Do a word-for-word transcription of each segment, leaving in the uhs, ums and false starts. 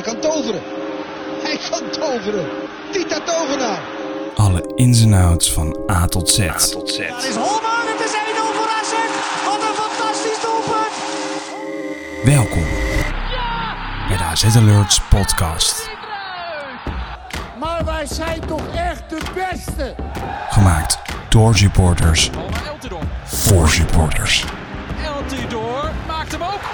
kan toveren. Hij kan toveren. Tita Tovenaar. Alle ins en outs van A tot Z. A tot Z. Daar is Holman, het is één nul voor A Z. Wat een fantastisch doelpunt. Welkom bij de A Z Alerts podcast. Maar wij zijn toch echt de beste. Gemaakt door supporters. Voor supporters. Eltidoor maakt hem ook.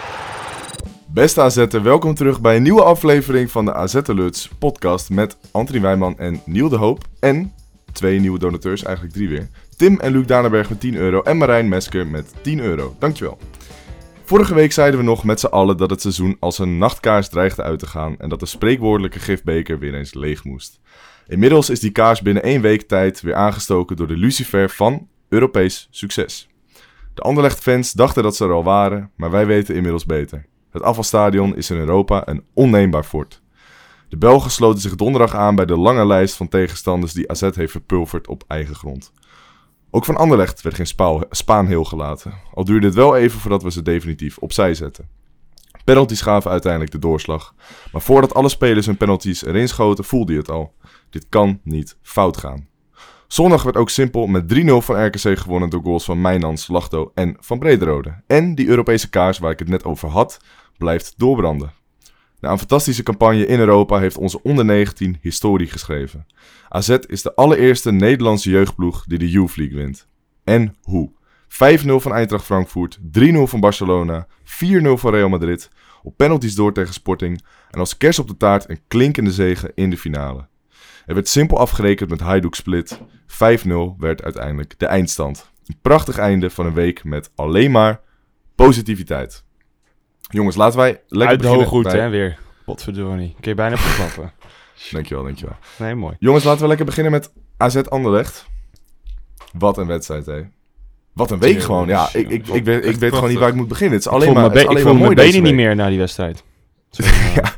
Beste A Z'er, welkom terug bij een nieuwe aflevering van de A Z Alerts podcast met Anthony Wijman en Niel de Hoop. En twee nieuwe donateurs, eigenlijk drie weer. Tim en Luc Danenberg met tien euro en Marijn Mesker met tien euro. Dankjewel. Vorige week zeiden we nog met z'n allen dat het seizoen als een nachtkaars dreigde uit te gaan en dat de spreekwoordelijke gifbeker weer eens leeg moest. Inmiddels is die kaars binnen één week tijd weer aangestoken door de lucifer van Europees succes. De Anderlecht-fans dachten dat ze er al waren, maar wij weten inmiddels beter. Het afvalstadion is in Europa een onneembaar fort. De Belgen sloten zich donderdag aan bij de lange lijst van tegenstanders die A Z heeft verpulverd op eigen grond. Ook van Anderlecht werd geen spaan, spaan heel gelaten, al duurde het wel even voordat we ze definitief opzij zetten. Penalties gaven uiteindelijk de doorslag, maar voordat alle spelers hun penalties erin schoten voelde je het al. Dit kan niet fout gaan. Zondag werd ook simpel met drie nul van R K C gewonnen door goals van Mijnans, Lachto en Van Brederode. En die Europese kaars waar ik het net over had, blijft doorbranden. Na een fantastische campagne in Europa heeft onze onder negentien historie geschreven. A Z is de allereerste Nederlandse jeugdploeg die de Youth League wint. En hoe? vijf nul van Eintracht Frankfurt, drie nul van Barcelona, vier nul van Real Madrid, op penalties door tegen Sporting en als kers op de taart een klinkende zege in de finale. Er werd simpel afgerekend met Hajduk Split. vijf nul werd uiteindelijk de eindstand. Een prachtig einde van een week met alleen maar positiviteit. Jongens, laten wij lekker Uit de beginnen. hooggoed, bij... hè, weer. Potverdorie. Kun je bijna verklappen. Dankjewel, dankjewel. Nee, mooi. Jongens, laten we lekker beginnen met A Z Anderlecht. Wat een wedstrijd, hè. Wat een week Tuurlijk, gewoon. Ja, ik, ik, ik, weet, ik weet gewoon niet waar ik moet beginnen. Het is alleen ik maar, voel het is mijn, be- alleen ik maar voel mooi mijn deze benen niet week. meer na die wedstrijd. ja.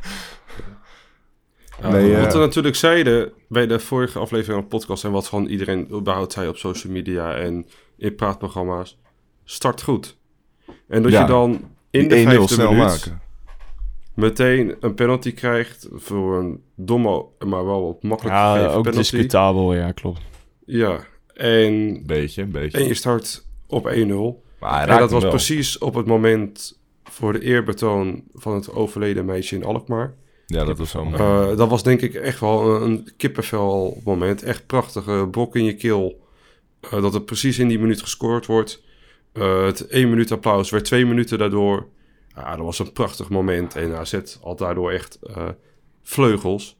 Ja, Nee, wat uh, we natuurlijk zeiden bij de vorige aflevering van de podcast en wat gewoon iedereen überhaupt zei op social media en in praatprogramma's, start goed. En dat Ja, je dan in de één nul vijfde snel minuut maken. meteen een penalty krijgt voor een domme, maar wel wat makkelijk Ja, gegeven ook penalty. discutabel, ja, klopt. Ja, en, Beetje, een beetje. en je start op één nul. Maar hij En raakt dat hem was wel. precies op het moment voor de eerbetoon van het overleden meisje in Alkmaar. Ja, dat was zo mooi. Uh, dat was denk ik echt wel een, een kippenvel moment. Echt prachtige brok in je keel. Uh, dat er precies in die minuut gescoord wordt. Uh, het één minuut applaus werd twee minuten daardoor. Ja, dat was een prachtig moment. En A Z had daardoor echt uh, vleugels.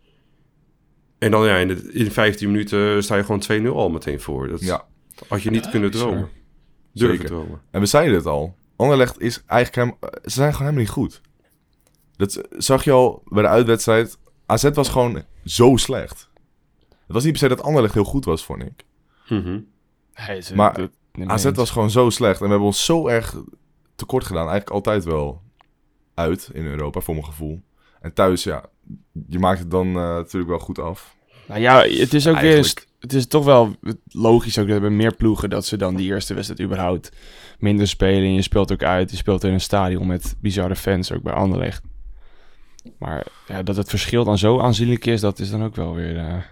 En dan ja, in, de, in vijftien minuten sta je gewoon twee nul al meteen voor. Dat Ja, had je niet kunnen dromen. Durven zeker. dromen. En we zeiden het al. Anderlecht is eigenlijk helemaal... Ze zijn gewoon helemaal niet goed. Dat zag je al bij de uitwedstrijd. A Z was gewoon zo slecht. Het was niet per se dat Anderlecht heel goed was, vond ik. Mm-hmm. Hey, ze, Maar dat, nee, A Z eens. was gewoon zo slecht. En we hebben ons zo erg tekort gedaan. Eigenlijk altijd wel uit in Europa, voor mijn gevoel. En thuis, ja, je maakt het dan uh, natuurlijk wel goed af. Nou ja, het is ook weer... Eigenlijk. een st- Het is toch wel logisch ook dat we meer ploegen dat ze dan die eerste wedstrijd überhaupt minder spelen. En je speelt ook uit. Je speelt in een stadion met bizarre fans, ook bij Anderlecht. Maar ja, dat het verschil dan zo aanzienlijk is, dat is dan ook wel weer... Uh,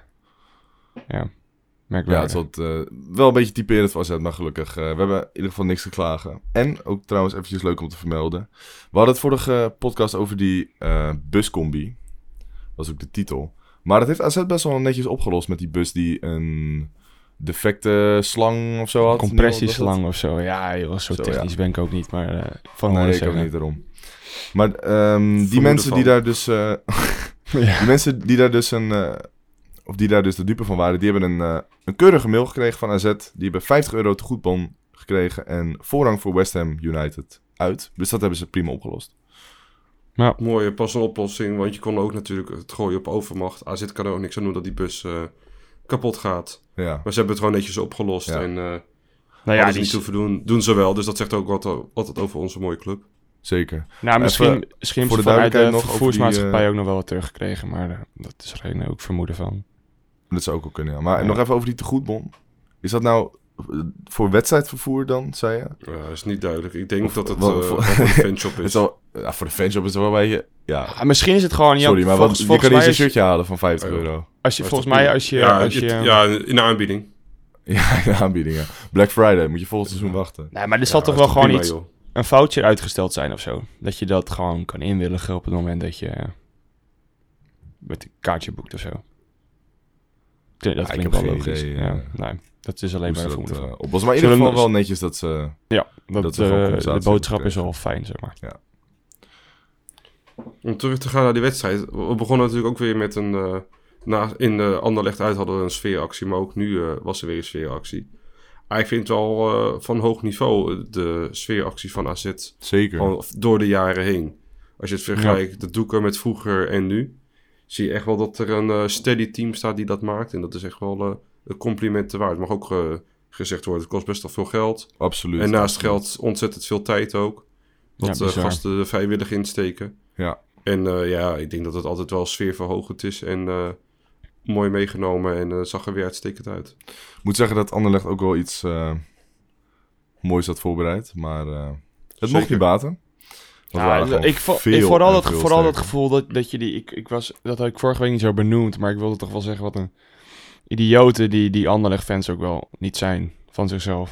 ja, merkwaardig. Ja, het is wat, uh, wel een beetje typerend voor A Z, maar gelukkig. Uh, we hebben in ieder geval niks te klagen. En ook trouwens eventjes leuk om te vermelden. We hadden het vorige podcast over die uh, buscombi. Dat was ook de titel. Maar dat heeft A Z best wel netjes opgelost met die bus die een defecte slang of zo had. Compressieslang of zo. Ja, joh, zo, Zo, technisch ja. ben ik ook niet, maar uh, van Nee, horen ik ook zeggen. niet daarom. Maar um, die Vermoeden mensen van. die daar dus... Uh, Ja. die mensen die daar dus een... Uh, of die daar dus de dupe van waren, die hebben een, uh, een keurige mail gekregen van A Z. Die hebben vijftig euro te goedbon gekregen en voorrang voor West Ham United uit. Dus dat hebben ze prima opgelost. Ja. Mooie pas een oplossing, want je kon ook natuurlijk het gooien op overmacht. A Z kan er ook niks aan doen dat die bus uh, kapot gaat. Ja, Maar ze hebben het gewoon netjes opgelost. Ja. En uh, Nou ja, ja, die die, niet hoeven doen, doen ze wel. Dus dat zegt ook wat, wat het over onze mooie club. zeker. nou, misschien, Even misschien voor hebben de ze vanuit de duidelijkheid nog over vervoersmaatschappij die, uh, ook nog wel wat teruggekregen. Maar uh, dat is er geen ook vermoeden van. Dat zou ook wel kunnen, ja. Maar Ja. nog even over die tegoedbon. Is dat nou uh, voor wedstrijdvervoer dan, zei je? Ja, dat is niet duidelijk. Ik denk Of- dat het wel- uh, voor- wel voor de fanshop Het is. zal, Ja, voor de fanshop is het wel een beetje... Ja, Ah, misschien is het gewoon... Ja, sorry, maar volgens, wat, je volgens kan niet mij eens een als, shirtje halen van vijftig euro. als je, volgens mij als je... ja, als je het- ja, in de aanbieding. Ja, in de aanbieding, ja. Black Friday, moet je volgend seizoen wachten. Nee, maar er zal Ja, toch is wel gewoon prima, iets... joh. een foutje uitgesteld zijn of zo. Dat je dat gewoon kan inwilligen op het moment dat je uh, met een kaartje boekt of zo. Dat Ja, ik klinkt heb wel geen logisch. idee, ja, uh, nee, dat is alleen Hoe maar ze een dat, vermoeden. uh, op was maar in ieder Zullen geval we- wel netjes dat ze... Ja, dat, dat ze gewoon uh, compensatie de boodschap hebben is wel fijn, zeg maar. Om terug te gaan naar die wedstrijd. We begonnen natuurlijk ook weer met een... Uh, na, in uh, Anderlecht uit hadden we een sfeeractie, maar ook nu uh, was er weer een sfeeractie. Ah, ik vind het wel uh, van hoog niveau de sfeeractie van A Z Zeker. Gewoon door de jaren heen. Als je het vergelijkt, de doeken met vroeger en nu, zie je echt wel dat er een uh, steady team staat die dat maakt. En dat is echt wel uh, een compliment te waard. Het mag ook uh, gezegd worden, het kost best wel veel geld. Absoluut. En naast absoluut. geld ontzettend veel tijd ook. Dat Ja, uh, bizar. gasten er vrijwillig insteken. Ja. En uh, ja, ik denk dat het altijd wel sfeerverhogend is en uh, mooi meegenomen. En uh, zag er weer uitstekend uit. Ik moet zeggen dat Anderlecht ook wel iets uh, moois had voorbereid. Maar uh, het mocht Zeker. niet baten. Want we Ja, waren gewoon ik, vo- veel ik vooral en dat, veel vooral dat sterker. gevoel dat, dat je die... Ik, ik was, dat had ik vorige week niet zo benoemd, maar ik wilde toch wel zeggen wat een idioten die, die Anderlecht-fans ook wel niet zijn van zichzelf.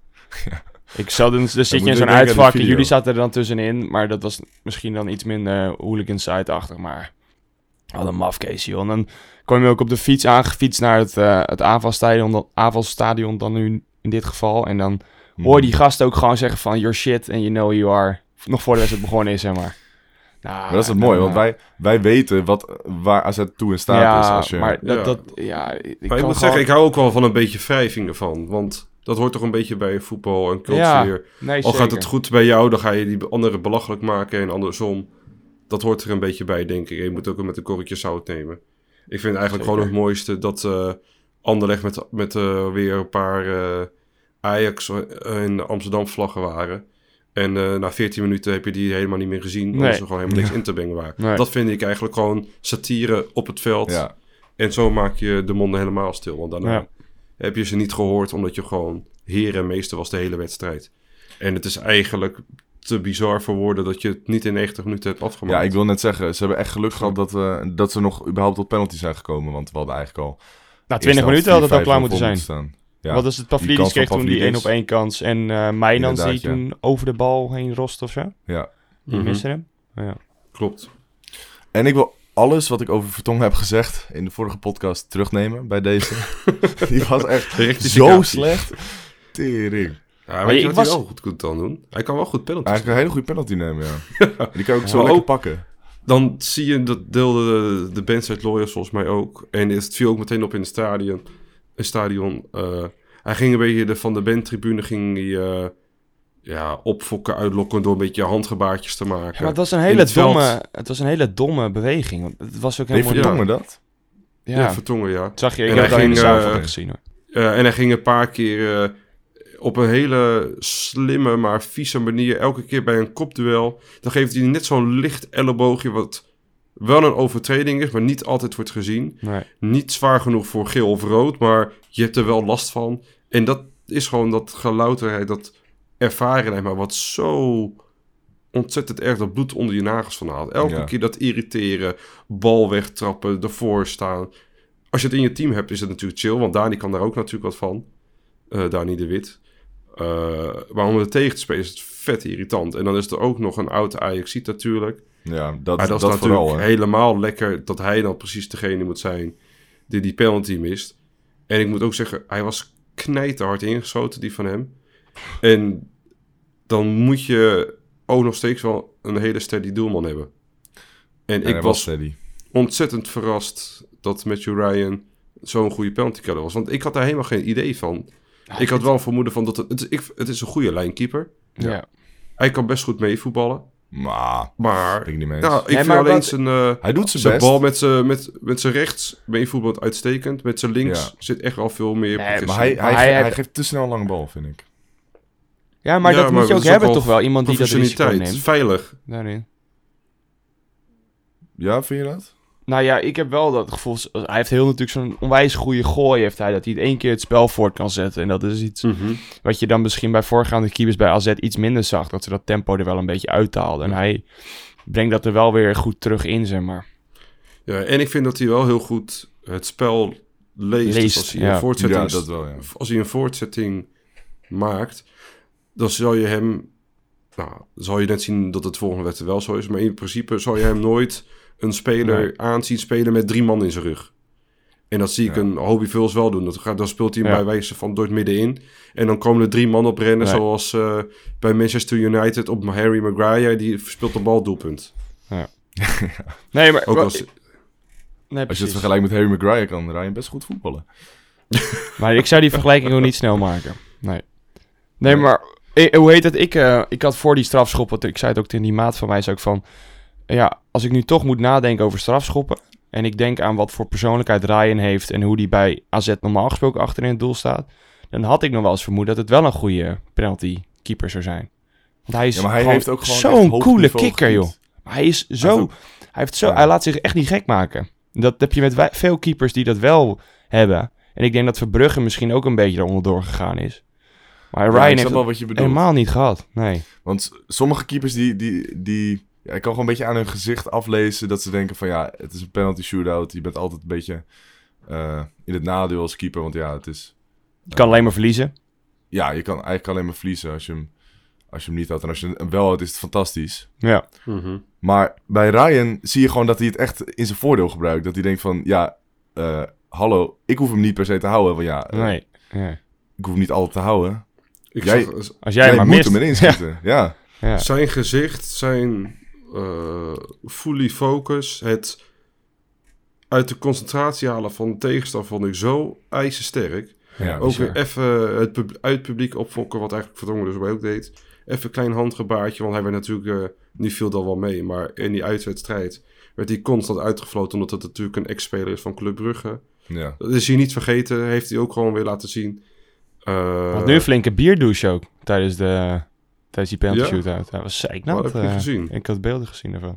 Ja. Ik zat, dan, dan zit je moet in ik zo'n denken aan die uitvak en video. jullie zaten er dan tussenin, maar dat was misschien dan iets minder uh, hooligan-side-achtig, maar wat een mafkees, joh. En dan kwam je ook op de fiets aangefietst naar het, uh, het aanvalstadion, dan, aanvalstadion dan nu in dit geval, en dan hoor je die gasten ook gewoon zeggen van your shit and you know you are, nog voor de wedstrijd begonnen is, zeg maar. Nou, Maar dat is het mooie, want wij, wij weten wat, waar A Z toe in staat ja, is. Als je, maar dat, Ja. dat, ja, ik Maar ik kan moet gewoon- zeggen, ik hou ook wel van een beetje wrijving ervan. Want dat hoort toch een beetje bij voetbal en cultuur. Ja, nee, Al gaat zeker. het goed bij jou, dan ga je die anderen belachelijk maken en andersom. Dat hoort er een beetje bij, denk ik. En je moet ook met een korreltje zout nemen. Ik vind eigenlijk Zeker. gewoon het mooiste dat uh, Anderlecht met, met uh, weer een paar uh, Ajax en Amsterdam vlaggen waren. En uh, na veertien minuten heb je die helemaal niet meer gezien. Omdat Nee. ze gewoon helemaal niks Ja. in te brengen waren. Nee. Dat vind ik eigenlijk gewoon satire op het veld. ja, En zo maak je de monden helemaal stil. Want daarna Ja. heb je ze niet gehoord, omdat je gewoon heer en meester was de hele wedstrijd. En het is eigenlijk te bizar voor woorden dat je het niet in negentig minuten hebt afgemaakt. ja, ik wil net zeggen, ze hebben echt geluk gehad dat, uh, dat ze nog überhaupt tot penalty zijn gekomen. Want we hadden eigenlijk al... Na twintig minuten had het al klaar moeten zijn. Staan. Ja. Wat is het? die Pavlidis kans van kreeg toen die één Pavlidis. op één kans. En uh, Mijnans die Inderdaad, ja. toen over de bal heen rost of zo. Ja. Die Mhm. miste hem. Ja. Klopt. En ik wil alles wat ik over Vertongen heb gezegd in de vorige podcast terugnemen bij deze. Die was echt Rectificatie. zo slecht. Tering. Ja, weet ik je wat was- hij wel goed kunt dan doen? Hij kan wel goed penalty. Eigenlijk een hele goede penalty nemen, ja. Die kan je ook zo Maar lekker ook- pakken. Dan zie je, dat deelde de, de band uit Lawyers volgens mij ook. En het viel ook meteen op in het stadion. Een stadion. Uh, hij ging een beetje de, van de bandtribune ging hij, uh, ja, opfokken, uitlokken door een beetje handgebaartjes te maken. Ja, maar het was een In hele het veld- domme, het was een hele domme beweging. Want het was ook Deed helemaal Vertongen dat? Ja, Ja, Vertongen, ja. dat zag je. Ik En heb hij het al in de ging, zaal uh, gezien hoor. Uh, en hij ging een paar keer uh, op een hele slimme, maar vieze manier, elke keer bij een kopduel, dan geeft hij net zo'n licht elleboogje, wat wel een overtreding is, maar niet altijd wordt gezien. Nee. Niet zwaar genoeg voor geel of rood, maar je hebt er wel last van. En dat is gewoon dat gelouterheid, dat ervarenheid, maar wat zo ontzettend erg dat bloed onder je nagels van haalt. Elke Ja. keer dat irriteren, bal wegtrappen, ervoor staan. Als je het in je team hebt, is het natuurlijk chill, want Dani kan daar ook natuurlijk wat van. Uh, Dani de Wit. Uh, maar om er tegen te spelen is het vet irritant. En dan is er ook nog een oude Ajaxiet natuurlijk. Ja, dat, Maar dat, dat is natuurlijk vooral, hè. helemaal lekker dat hij dan precies degene moet zijn die die penalty mist. En ik moet ook zeggen, hij was knijterhard ingeschoten, die van hem. En dan moet je ook nog steeds wel een hele steady doelman hebben. En En ik hij was steady. ontzettend verrast dat Matthew Ryan zo'n goede penalty-killer was. Want ik had daar helemaal geen idee van. Ik had wel een vermoeden van dat het, het, ik, het is een goede lijnkeeper. Ja. Hij kan best goed meevoetballen. Maar, Maar ben ik niet mee eens. nou, ik Nee, vind maar alleen wat- zijn, uh, Hij doet zijn zijn best. bal met zijn met, met zijn rechts meevoetbalt uitstekend. Met zijn links Ja. zit echt wel veel meer Nee, progressie. Maar hij, hij, Maar hij hij heeft- geeft te snel een lange bal, vind ik. ja, maar Ja, dat maar moet je dat ook is ook hebben wel toch wel. Iemand die dat risico Professionaliteit, neemt. veilig. Daarin. Ja, vind je dat? Nou ja, ik heb wel dat gevoel... Hij heeft heel natuurlijk zo'n onwijs goede gooi, heeft hij. Dat hij het één keer het spel voort kan zetten. En dat is iets Mm-hmm. wat je dan misschien bij voorgaande keepers bij A Z iets minder zag. Dat ze dat tempo er wel een beetje uithaalden. En hij brengt dat er wel weer goed terug in, zeg maar. Ja, en ik vind dat hij wel heel goed het spel leest. Leest, Dus als, hij ja. een voortzetting, Ja, dat wel, ja. als hij een voortzetting maakt, dan zal je hem... Nou, dan zal je net zien dat het volgende wedstrijd wel zo is. Maar in principe zal je hem nooit een speler Nee. aanzien spelen met drie man in zijn rug. En dat zie ik Ja. een Hobie Vuls wel doen. Dat gaat, dan speelt hij hem Ja. bij wijze van door het middenin. En dan komen er drie man op rennen, Nee. zoals uh, bij Manchester United op Harry Maguire. Die speelt de bal doelpunt. Nee, maar... Ook als, nee, Als je het precies. vergelijkt met Harry Maguire, kan Ryan best goed voetballen. Maar ik zou die vergelijking ook niet snel maken. Nee. Nee, maar... eh, hoe heet het? Ik, uh, ik had voor die strafschoppen... Ik zei het ook tegen die maat van mij, zei ik van... Ja, als ik nu toch moet nadenken over strafschoppen... En ik denk aan wat voor persoonlijkheid Ryan heeft... En hoe die bij A Z normaal gesproken achter in het doel staat... Dan had ik nog wel eens vermoed dat het wel een goede penalty keeper zou zijn. Want hij is Ja, maar hij gewoon heeft ook gewoon echt zo'n hoog coole niveau kikker, gebied. joh. Maar hij is Hij zo... heeft ook- Hij, heeft zo Ja. hij laat zich echt niet gek maken. Dat heb je met wij- veel keepers die dat wel hebben. En ik denk dat Verbrugge misschien ook een beetje eronder doorgegaan is. Maar Ja, Ryan ik heeft snap het wel wat je bedoelt. helemaal niet gehad. Nee. Want sommige keepers die... die, die ja, ik kan gewoon een beetje aan hun gezicht aflezen dat ze denken van ja, het is een penalty shootout. Je bent altijd een beetje uh, in het nadeel als keeper, want ja, het is... Je kan alleen maar verliezen. Ja, je kan eigenlijk alleen maar verliezen als je hem, als je hem niet had. En als je hem wel had, is het fantastisch. Ja. mm-hmm. Maar bij Ryan zie je gewoon dat hij het echt in zijn voordeel gebruikt. Dat hij denkt van, ja, uh, hallo, ik hoef hem niet per se te houden. Want ja, uh, Nee. nee. ik hoef hem niet altijd te houden. Ik Jij- zag, Als jij, Jij maar moet mist. hem erin schieten, ja. Ja. Ja. zijn gezicht, zijn uh, fully focus, het uit de concentratie halen van de tegenstander vond ik zo ijzersterk. ja. Ook bizar. weer even het pub- uit het publiek opfokken, wat eigenlijk Verdongen dus bij ook deed. Even een klein handgebaartje, want hij werd natuurlijk, uh, nu viel dat wel mee, maar in die uitwedstrijd werd hij constant uitgefloten, omdat het natuurlijk een ex-speler is van Club Brugge. Ja. Dat is hij niet vergeten, heeft hij ook gewoon weer laten zien. Uh, Had nu een flinke bierdouche ook tijdens, de, tijdens die penalty Ja? shootout. Hij was zeiknat. Oh, heb je eh, gezien? Ik had beelden gezien ervan.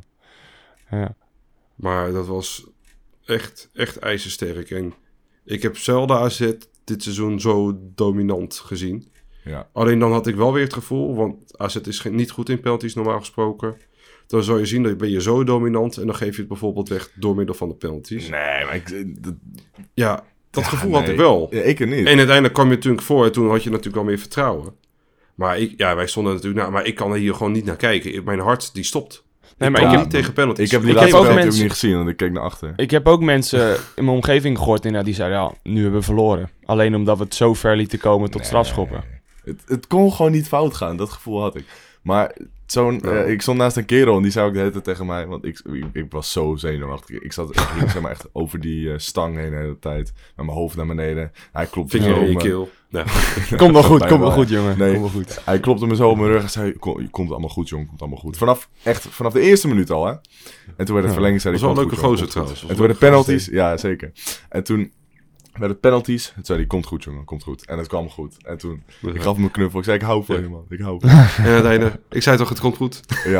Ja. Maar dat was echt, echt ijzersterk. En ik heb zelden A Z dit seizoen zo dominant gezien. Ja. Alleen dan had ik wel weer het gevoel, want A Z is geen, niet goed in penalties normaal gesproken. Dan zou je zien, dat ben je zo dominant en dan geef je het bijvoorbeeld weg door middel van de penalties. Nee, maar ik... Dat, Ja, dat ja, gevoel had nee. ik wel. Ja, ik er niet. En uiteindelijk kwam je natuurlijk voor en toen had je natuurlijk wel meer vertrouwen. Maar ik, ja, wij stonden natuurlijk, nou, maar ik kan er hier gewoon niet naar kijken. Mijn hart die stopt. Nee, ik maar kan ik heb- niet tegen penalties. ik heb die Ik laatste heb ook penalty ook mensen- niet gezien, want ik keek naar achter. Ik heb ook mensen in mijn omgeving gehoord inderdaad, die zeiden, ja, nu hebben we verloren. Alleen omdat we het zo ver lieten komen tot Nee. strafschoppen. Het, het kon gewoon niet fout gaan, dat gevoel had ik. Maar zo'n, Ja. eh, ik stond naast een kerel en die zei ook de hele tijd tegen mij, want ik, ik, ik was zo zenuwachtig. Ik zat ik ging, zeg maar, echt over die eh, stang heen de hele tijd, met mijn hoofd naar beneden. Hij klopte me Vinger zo in je op mijn- keel. Ja. Komt wel goed, Bijna komt wel wel. goed, jongen. Nee. Komt wel goed. Hij klopte me zo op mijn rug en zei, "Kom- komt allemaal goed, jong, komt allemaal goed. Vanaf, echt, vanaf de eerste minuut al, hè. En toen werd het verlenging, zei Dat hij, was wel een "Komt leuke goed, jong, gozer komt goed." trouwens. En toen werden penalties, ja zeker. En toen werden het penalties, toen zei hij, komt goed jongen, komt goed. En het kwam goed. En toen, ik gaf hem een knuffel, ik zei, ik hou van Ja. je man, ik hou van je. En uiteindelijk, ik zei toch, het komt goed. Ja,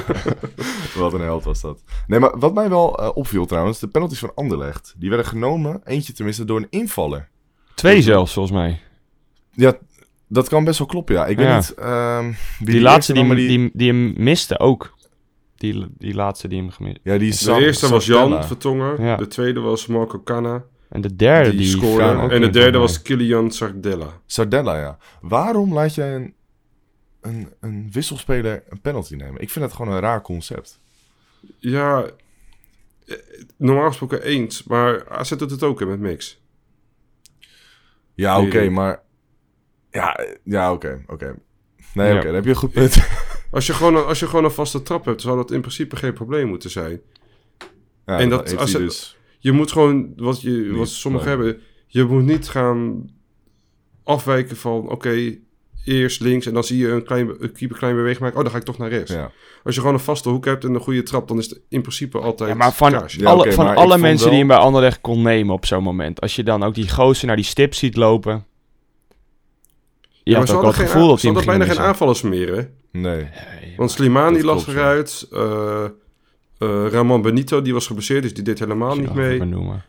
wat een held was dat. Nee, maar wat mij wel uh, opviel trouwens, de penalties van Anderlecht, die werden genomen, eentje tenminste, door een invaller. Twee zelfs, volgens mij. Ja, dat kan best wel kloppen, ja. Ik weet Ja. niet um, wie Die, die laatste die, eerste die, nam, die, maar die hem miste ook. Die, die laatste die hem gemist. Ja, die De San- eerste was Jan Santella. Vertongen. Ja. De tweede was Marco Canna. En de derde Die, die... scoorde. kwam ook En de in, derde volgens was Kilian Sardella. Sardella, ja. Waarom laat jij een, een, een wisselspeler een penalty nemen? Ik vind dat gewoon een raar concept. Ja, eh, normaal gesproken eens. Maar A Z doet het ook hè, met Mix. Ja, Nee, oké, nee. maar... Ja, ja oké, oké. Nee, Ja. oké, dan heb je een goed punt. Als je, gewoon een, als je gewoon een vaste trap hebt, zou dat in principe geen probleem moeten zijn. Ja, En dat- heeft als hij het- dus... Je moet gewoon, wat, je, wat sommigen nee. hebben, je moet niet gaan afwijken van, oké, eerst links en dan zie je een, klein, een keeper klein beweging maken. Oh, dan ga ik toch naar rechts. Ja. Als je gewoon een vaste hoek hebt en een goede trap, dan is het in principe altijd Ja, maar van, kaars. Ja, alle, oké, van maar ik alle vond mensen wel- die hem bij Anderlecht kon nemen op zo'n moment. Als je dan ook die gozer naar die stip ziet lopen. Je Ja, maar had ze ook wel hadden, het geen, gevoel a- dat ze hij hem hadden ging bijna geen missen. aanvallers meer, hè? Nee. Nee, Want Slimani dat las klopt, ja. eruit. eh Uh, Ramon Benito, die was geblesseerd, dus die deed helemaal niet mee. Benoemen.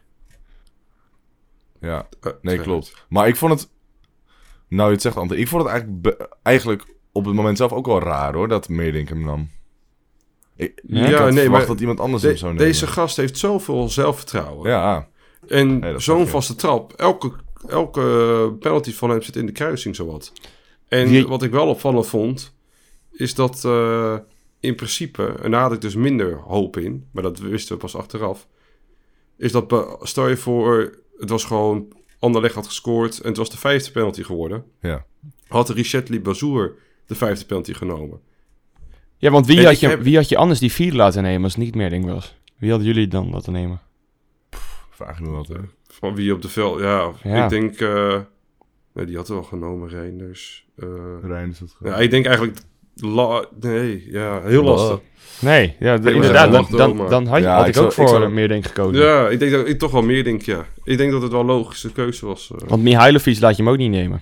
Ja, Uh, nee, klopt. Maar ik vond het... Nou, je het zegt, Ante. Ik vond het eigenlijk, be- eigenlijk op het moment zelf ook wel raar, hoor, dat Meerdink hem nam. Ik, Ja, ik ja, had nee, verwacht maar dat iemand anders de- hem zou nemen. Deze gast heeft zoveel zelfvertrouwen. Ja, En Nee, dat zo'n snap je. vaste trap. Elke, elke penalty van hem zit in de kruising zowat. En Wie- wat ik wel opvallend vond, is dat uh, in principe, en daar had ik dus minder hoop in, maar dat wisten we pas achteraf, is dat, be- stel je voor, het was gewoon, Anderlecht had gescoord en het was de vijfde penalty geworden. ja. Had Richetli Bazoer de vijfde penalty genomen. Ja, want wie En had, ik je, heb- wie had je anders die vier laten nemen als het niet Meerdink was? Wie hadden jullie dan laten nemen? Vraag je me wat, hè? Van wie op de veld, ja, Ja. ik denk, uh, nee, die had er wel genomen, Reinders. Uh, Rijn is dat ja, ik denk eigenlijk, la- nee, ja, heel lastig. Nee, ja, d- Ik inderdaad, wacht dan, wel, dan, maar- dan had, je, Ja, had ik ik zou- ook ik voor zou- Meerdink gekozen. Ja, ik denk dat ik toch wel meer denk, ja. Ik denk dat het wel een logische keuze was. Uh. Want Mihailovic laat je hem ook niet nemen.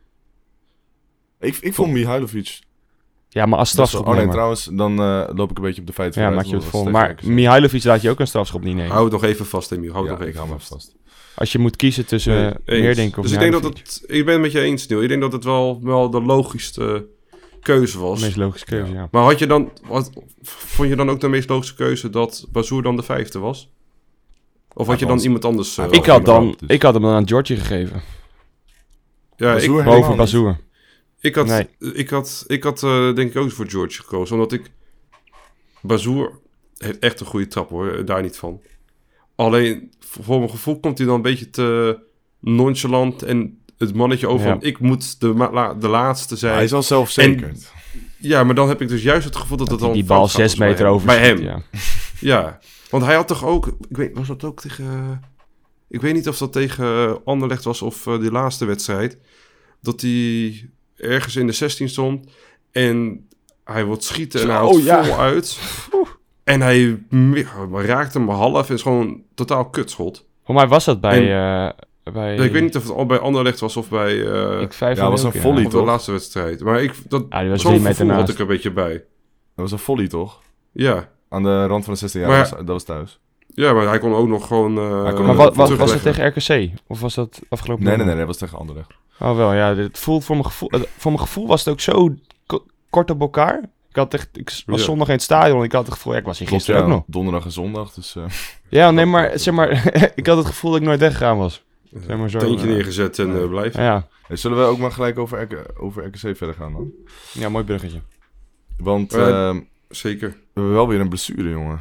Ik, ik vond Mihailovic... Ja, maar als dat is wel- strafschop Oh nee, nemen. trouwens, dan uh, loop ik een beetje op de feiten Ja, vooruit, maak je het want vol. dat was Maar tegen Mihailovic laat je ook een strafschop niet nemen. Hou het nog even vast, Emiel. Hou het Ja, nog ik even hou me vast. vast. Als je moet kiezen tussen Nee, uh, eens. Meerdink of Dus ik denk dat Mihailovic. het... Ik ben het met je eens, Neil. Ik denk dat het wel, wel de logischste keuze De was. meest logische keuze, ja. Maar had je dan... Wat, vond je dan ook de meest logische keuze dat Bazoer dan de vijfde was? Of had je dan want- iemand anders... uh, Hij Ik had, dan, dus. ik had hem dan aan Georgie gegeven. ja, Bazoer ik, helemaal Boven niet. Bazoer. ik had, Nee. ik had, ik had uh, denk ik ook voor George gekozen. Omdat ik... Bazoer heeft echt een goede trap, hoor. Daar niet van. Alleen, voor mijn gevoel komt hij dan een beetje te nonchalant. En het mannetje over... Ja. van, ik moet de, ma- la- de laatste zijn. Hij is al zelfverzekerd. Ja, maar dan heb ik dus juist het gevoel dat het Die, dan die bal fout gaat zes was bij meter hem. over Bij hem, schiet, ja. ja. Want hij had toch ook... Ik weet, was dat ook tegen... Ik weet niet of dat tegen Anderlecht was of uh, die laatste wedstrijd. Dat hij ergens in de zestien stond. En hij wil schieten en hij Zo, houdt ja. vol uit. En hij mi- raakt hem half. En is gewoon totaal kutschot. Voor mij was dat bij... eh bij Nee, ik weet niet of het al bij Anderlecht was of bij... uh, Ik vijf Ja, was een volley, of de toch? laatste wedstrijd. Maar ik... Dat, Ja, die was zo'n drie meter gevoel had naast. ik er een beetje bij. Dat was een volley, toch? Ja. Aan de rand van de zestien jaar, Maar- dat, was, dat was thuis. Ja, maar hij kon ook nog gewoon... uh, Hij kon Maar Uh, wat, wat, was terugleggen. het tegen R K C? Of was dat afgelopen Nee, nee, zondag? nee, dat was tegen Anderlecht. Oh wel, ja. Het voelt voor mijn gevoel... het- Voor mijn gevoel was het ook zo ko- kort op elkaar. Ik had echt... Ik was Ja. zondag in het stadion en ik had het gevoel... Ja, ik was hier Klopt, gisteren ja, ook nog. donderdag en zondag, dus... Uh, Ja, nee, maar zeg maar... ik had het gevoel dat ik nooit weggegaan was. Zeg maar zo. Teentje eh, neergezet en uh, blijf. Ja, hey, zullen we ook maar gelijk over, R K, over R K C verder gaan dan? ja, mooi bruggetje. Want Uh, uh, Zeker. we hebben wel weer een blessure, jongen.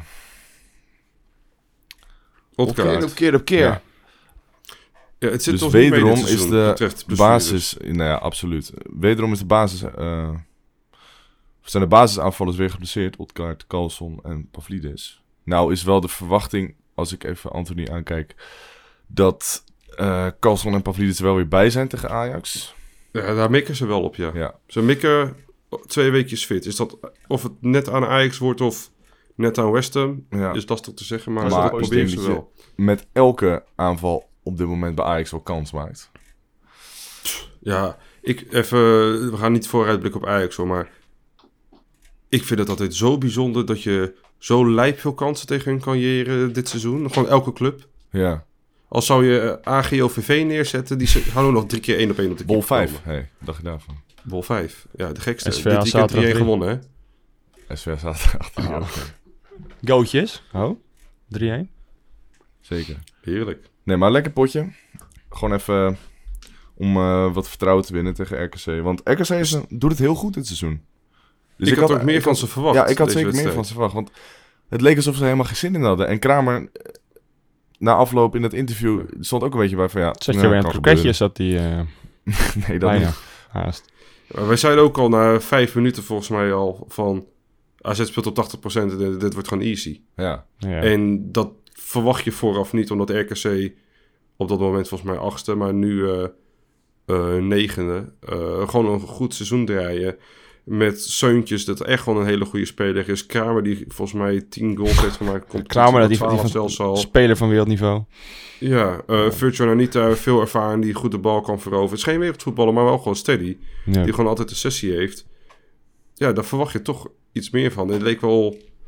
Odgaard. op keer op keer. Ja. Ja, het zit Dus toch niet mee wederom dit is seizoen, de betreft blessures. basis... Nou ja, absoluut. Wederom is de basis... Uh, zijn de basisaanvallers weer geblesseerd. Odgaard, Carlson en Pavlidis. Nou is wel de verwachting, als ik even Anthony aankijk... dat uh, Carlson en Pavlidis er wel weer bij zijn tegen Ajax. Ja, daar mikken ze wel op, ja. Ja. Ze mikken twee weekjes fit. Is dat of het net aan Ajax wordt of net aan West Ham? Ja. Is lastig te zeggen, maar, Maar dat ik proberen denk ze dat je- wel. Met elke aanval op dit moment bij Ajax wel kans maakt. Ja, ik even... We gaan niet vooruitblikken op Ajax, hoor, maar... Ik vind het altijd zo bijzonder dat je zo lijp veel kansen tegen hun kan jeren dit seizoen. Gewoon elke club. Ja. Als zou je uh, A G O V V neerzetten, die ze- houden nog drie keer één op één op de Bol keeper vijf. komen. Hey, wat dacht je daarvan? Bol vijf. Ja, de gekste. S V A Dit weekend zaterdag drie één drie. gewonnen, hè? S V A staat achter. Oh. Gootjes. Oh, drie één. Zeker. Heerlijk. Nee, maar lekker potje. Gewoon even uh, om uh, wat vertrouwen te winnen tegen R K C. Want R K C is een, doet het heel goed dit seizoen. Dus ik, had ook meer van ze verwacht. Ja, ik had deze zeker meer wedstrijd. van ze verwacht. Want het leek alsof ze helemaal geen zin in hadden. En Kramer, uh, na afloop in het interview, stond ook een beetje bij van ja... Zat je nou, weer aan het kan kroketje, gebeuren. zat die uh, Nee, dat bijna niet. haast. Maar wij zeiden ook al na vijf minuten volgens mij al van... A Z speelt op tachtig procent en dit, dit wordt gewoon easy. Ja. Ja. En dat verwacht je vooraf niet, omdat R K C op dat moment volgens mij achtste, maar nu uh, uh, negende. Uh, gewoon een goed seizoen draaien. Met Seuntjes, dat echt gewoon een hele goede speler is. Kramer, die volgens mij tien goals heeft gemaakt. Komt Kramer, dat die, die twaalf van zelfs al. speler van wereldniveau. Ja, uh, Virtual Anita, veel ervaren, die goed de bal kan veroveren. Het is geen wereldvoetballer, maar wel gewoon steady. Ja. Die gewoon altijd een sessie heeft. Ja, daar verwacht je toch iets meer van. Het leek wel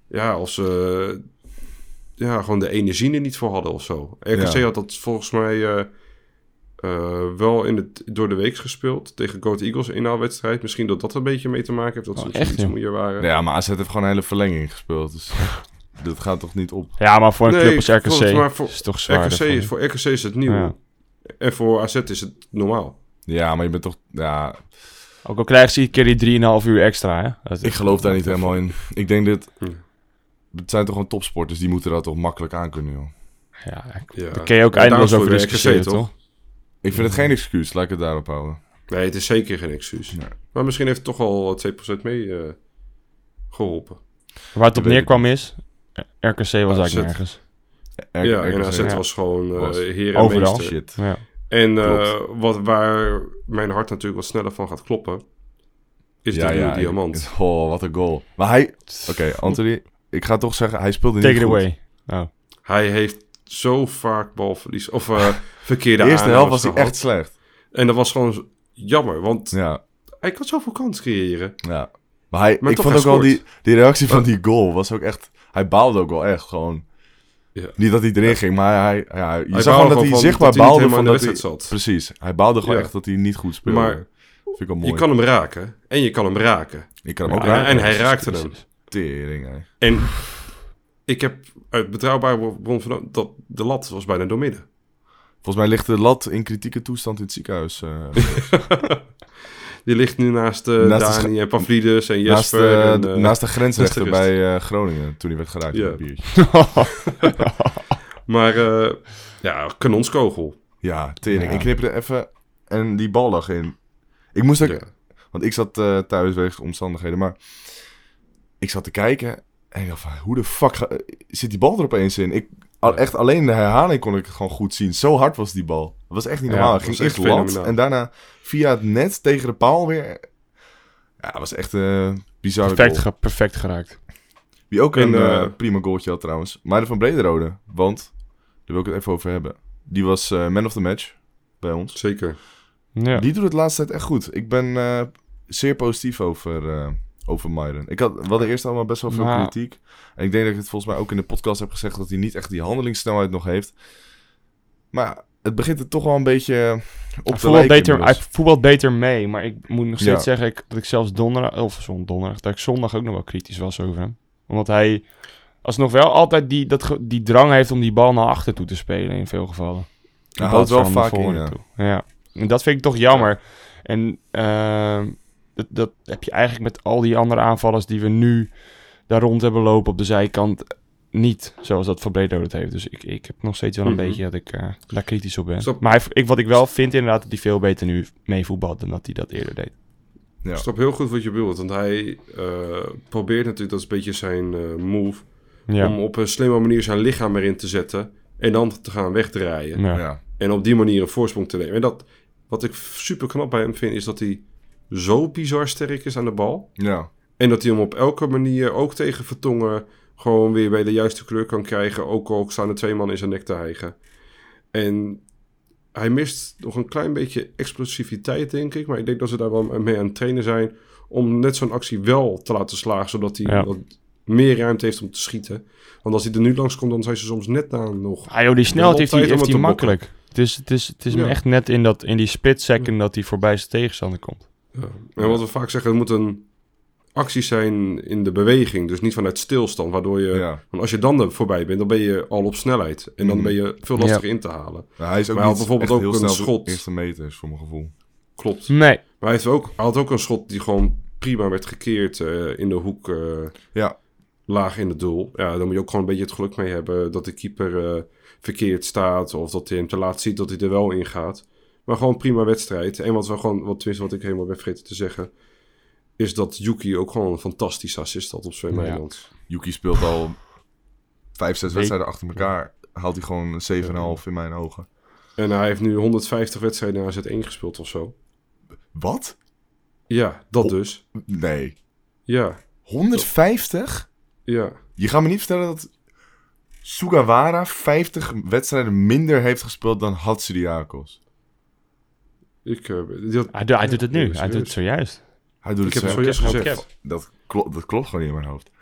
ja, als ze ja, gewoon de energie er niet voor hadden of zo. R K C Ja. had dat volgens mij uh, uh, wel in het, door de week gespeeld tegen Go Ahead Eagles inhaalwedstrijd. Misschien dat dat een beetje mee te maken heeft, dat ze Oh, misschien echt, iets ja. moeier waren. Ja, maar A Z heeft gewoon een hele verlenging gespeeld. Dus dat gaat toch niet op. Ja, maar voor een Nee, club als R K C volgens mij voor is het toch R zwaarder. K C is, voor R K C is het nieuw. Ja. En voor A Z is het normaal. Ja, maar je bent toch... Ja, Ook al krijgen ze iedere keer die drieënhalf uur extra, hè? Dat is- ik geloof daar niet helemaal in. Ik denk dat... Hm. Het zijn toch gewoon topsporters, die moeten dat toch makkelijk aankunnen, joh. Ja, ik- Ja. daar kun je ook En eindeloos daarom over voor de R K C, discussiëren, toch? toch? Ik vind het geen excuus, laat ik het daarop houden. Nee, het is zeker geen excuus. Nee. Maar misschien heeft het toch al twee procent mee uh, geholpen. Waar het op weet neerkwam is, R K C was eigenlijk Z. nergens. R- ja, R K C en A Z ja. was gewoon uh, Was heer en overal. meester. Shit. Ja. En uh, Klopt. wat, waar mijn hart natuurlijk wat sneller van gaat kloppen, is Ja, de nieuwe ja, diamant. ik- Oh, wat een goal. Maar hij... Oké, Anthony, ik ga toch zeggen, hij speelde niet Take it goed. away. Oh. Hij heeft zo vaak balverlies, of uh, verkeerde De eerste helft was aannames hij echt gehad. slecht. En dat was gewoon jammer, want Ja, hij kan zoveel kans creëren. ja. Maar hij, Maar ik toch, vond ook hij wel die, scoort. die reactie van Maar- die goal was ook echt... Hij baalde ook wel echt, gewoon... Ja. Niet dat hij erin ging, maar hij, ja, je Hij zag baalde gewoon dat gewoon hij van zichtbaar dat hij niet baalde helemaal van in de dat hij... wedstrijd zat. Precies, hij baalde gewoon Ja. echt dat hij niet goed speelde. Maar Vind ik wel mooi. je kan hem raken en je kan hem raken. Ik kan hem ook Ja, raken. en hij precies, raakte precies. hem. Tering, hè. En ik heb uit betrouwbare bron vernomen dat de lat was bijna doormidden. Volgens mij ligt de lat in kritieke toestand in het ziekenhuis. eh. Die ligt nu naast, uh, Naast de Dani en Pavlidis en naast, Jesper. eh, en, de- uh, naast de grensrechter naast de rust. bij eh, Groningen, toen hij werd geraakt Ja. met een biertje. Maar uh, ja, kanonskogel. Ja, tering. Ja. Ik knipte even en die bal lag in. Ik moest ook... Ja. Want ik zat uh, thuis wegens omstandigheden, maar... Ik zat te kijken en ik dacht van, hoe de fuck ga- zit die bal er opeens in? Ik, al, Ja. echt alleen de herhaling kon ik het gewoon goed zien. Zo hard was die bal. Dat was echt niet Ja, normaal. dat Het ging was echt echt lat fenomenaal. en daarna via het net tegen de paal weer. Ja, dat was echt een bizarre Perfect, goal. ge- perfect geraakt. Wie ook En, een eh, eh, prima goaltje had trouwens. Meijden van Brederode. Want, daar wil ik het even over hebben. Die was eh, man of the match bij ons. Zeker. Ja. Die doet het de laatste tijd echt goed. Ik ben eh, zeer positief over, eh over Meijden. Ik had, we hadden eerst allemaal best wel veel Maar- kritiek. En ik denk dat ik het volgens mij ook in de podcast heb gezegd... dat hij niet echt die handelingssnelheid nog heeft. Maar ja, het begint er toch wel een beetje op Hij te voetbalt lijken. beter, hij inmiddels. voetbalt beter mee, maar ik moet nog steeds Ja. zeggen ik, dat ik zelfs donderdag, of zon, donderdag, dat ik zondag ook nog wel kritisch was over hem. Omdat hij alsnog wel altijd die, dat, ge- die drang heeft om die bal naar achter toe te spelen in veel gevallen. Hij In houdt plaats wel van naar vaak in, voren ja. toe. Ja. En dat vind ik toch jammer. En ehm, dat, dat heb je eigenlijk met al die andere aanvallers die we nu daar rond hebben lopen op de zijkant niet, zoals dat Van Breedo het heeft. Dus ik, ik heb nog steeds wel een Mhm. beetje dat ik eh, daar kritisch op ben. Snap- Maar hij, ik, wat ik wel vind inderdaad, dat hij veel beter nu mee voetbalt dan dat hij dat eerder deed. Ja. Ik snap heel goed wat je bedoelt. Want hij uh, probeert natuurlijk, dat is een beetje zijn uh, move... Ja. om op een slimme manier zijn lichaam erin te zetten... en dan te gaan wegdraaien. Ja. Ja. En op die manier een voorsprong te nemen. En dat, wat ik super knap bij hem vind... is dat hij zo bizar sterk is aan de bal... Ja. en dat hij hem op elke manier, ook tegen Vertongen... gewoon weer bij de juiste kleur kan krijgen... ook al staan er twee man in zijn nek te hijgen. En hij mist nog een klein beetje explosiviteit, denk ik. Maar ik denk dat ze daar wel mee aan het trainen zijn... om net zo'n actie wel te laten slagen... zodat hij Ja. wat meer ruimte heeft om te schieten. Want als hij er nu langs komt, dan zijn ze soms net na nog... Ah joh, die snelheid heeft hij, tijd om heeft het hij te bokken. makkelijk. Het is, het is, het is hem Ja. echt net in, dat, in die split second dat hij voorbij zijn tegenstander komt. Ja. En wat we vaak zeggen, er moet een actie zijn in de beweging. Dus niet vanuit stilstand, waardoor je... Ja. Want als je dan er voorbij bent, dan ben je al op snelheid. En dan Mhm. ben je veel lastiger in te halen. Maar hij is ook Maar hij niet had bijvoorbeeld echt ook heel een snel op de schot. eerste meters, voor mijn gevoel. Klopt. Nee. Maar hij, heeft ook, hij had ook een schot die gewoon prima werd gekeerd eh, in de hoek... eh, Ja. laag in het doel. Ja, dan moet je ook gewoon een beetje het geluk mee hebben... dat de keeper eh, verkeerd staat... of dat hij hem te laat ziet dat hij er wel in gaat. Maar gewoon prima wedstrijd. En wat we gewoon, wat, tenminste wat ik helemaal ben vergeten te zeggen... is dat Yuki ook gewoon een fantastische assist had op Sven Ja. Nederland. Yuki speelt al vijf, zes Week- wedstrijden achter elkaar. Haalt hij gewoon een zeven komma vijf in mijn ogen. En hij heeft nu honderdvijftig wedstrijden in A Z één gespeeld of zo. Wat? Ja, dat Oh. dus. Nee. Ja, honderdvijftig? ja. Je gaat me niet vertellen dat Sugawara vijftig wedstrijden minder heeft gespeeld dan Hatsiriakos. Ik, uh, die had- Hij, doet- hij doet het nu. Ja, hij doet het serieus. zojuist. Hij doet Ik het heb het zo. zojuist Ik heb- gezegd. Dat, klo- dat klopt gewoon niet in mijn hoofd.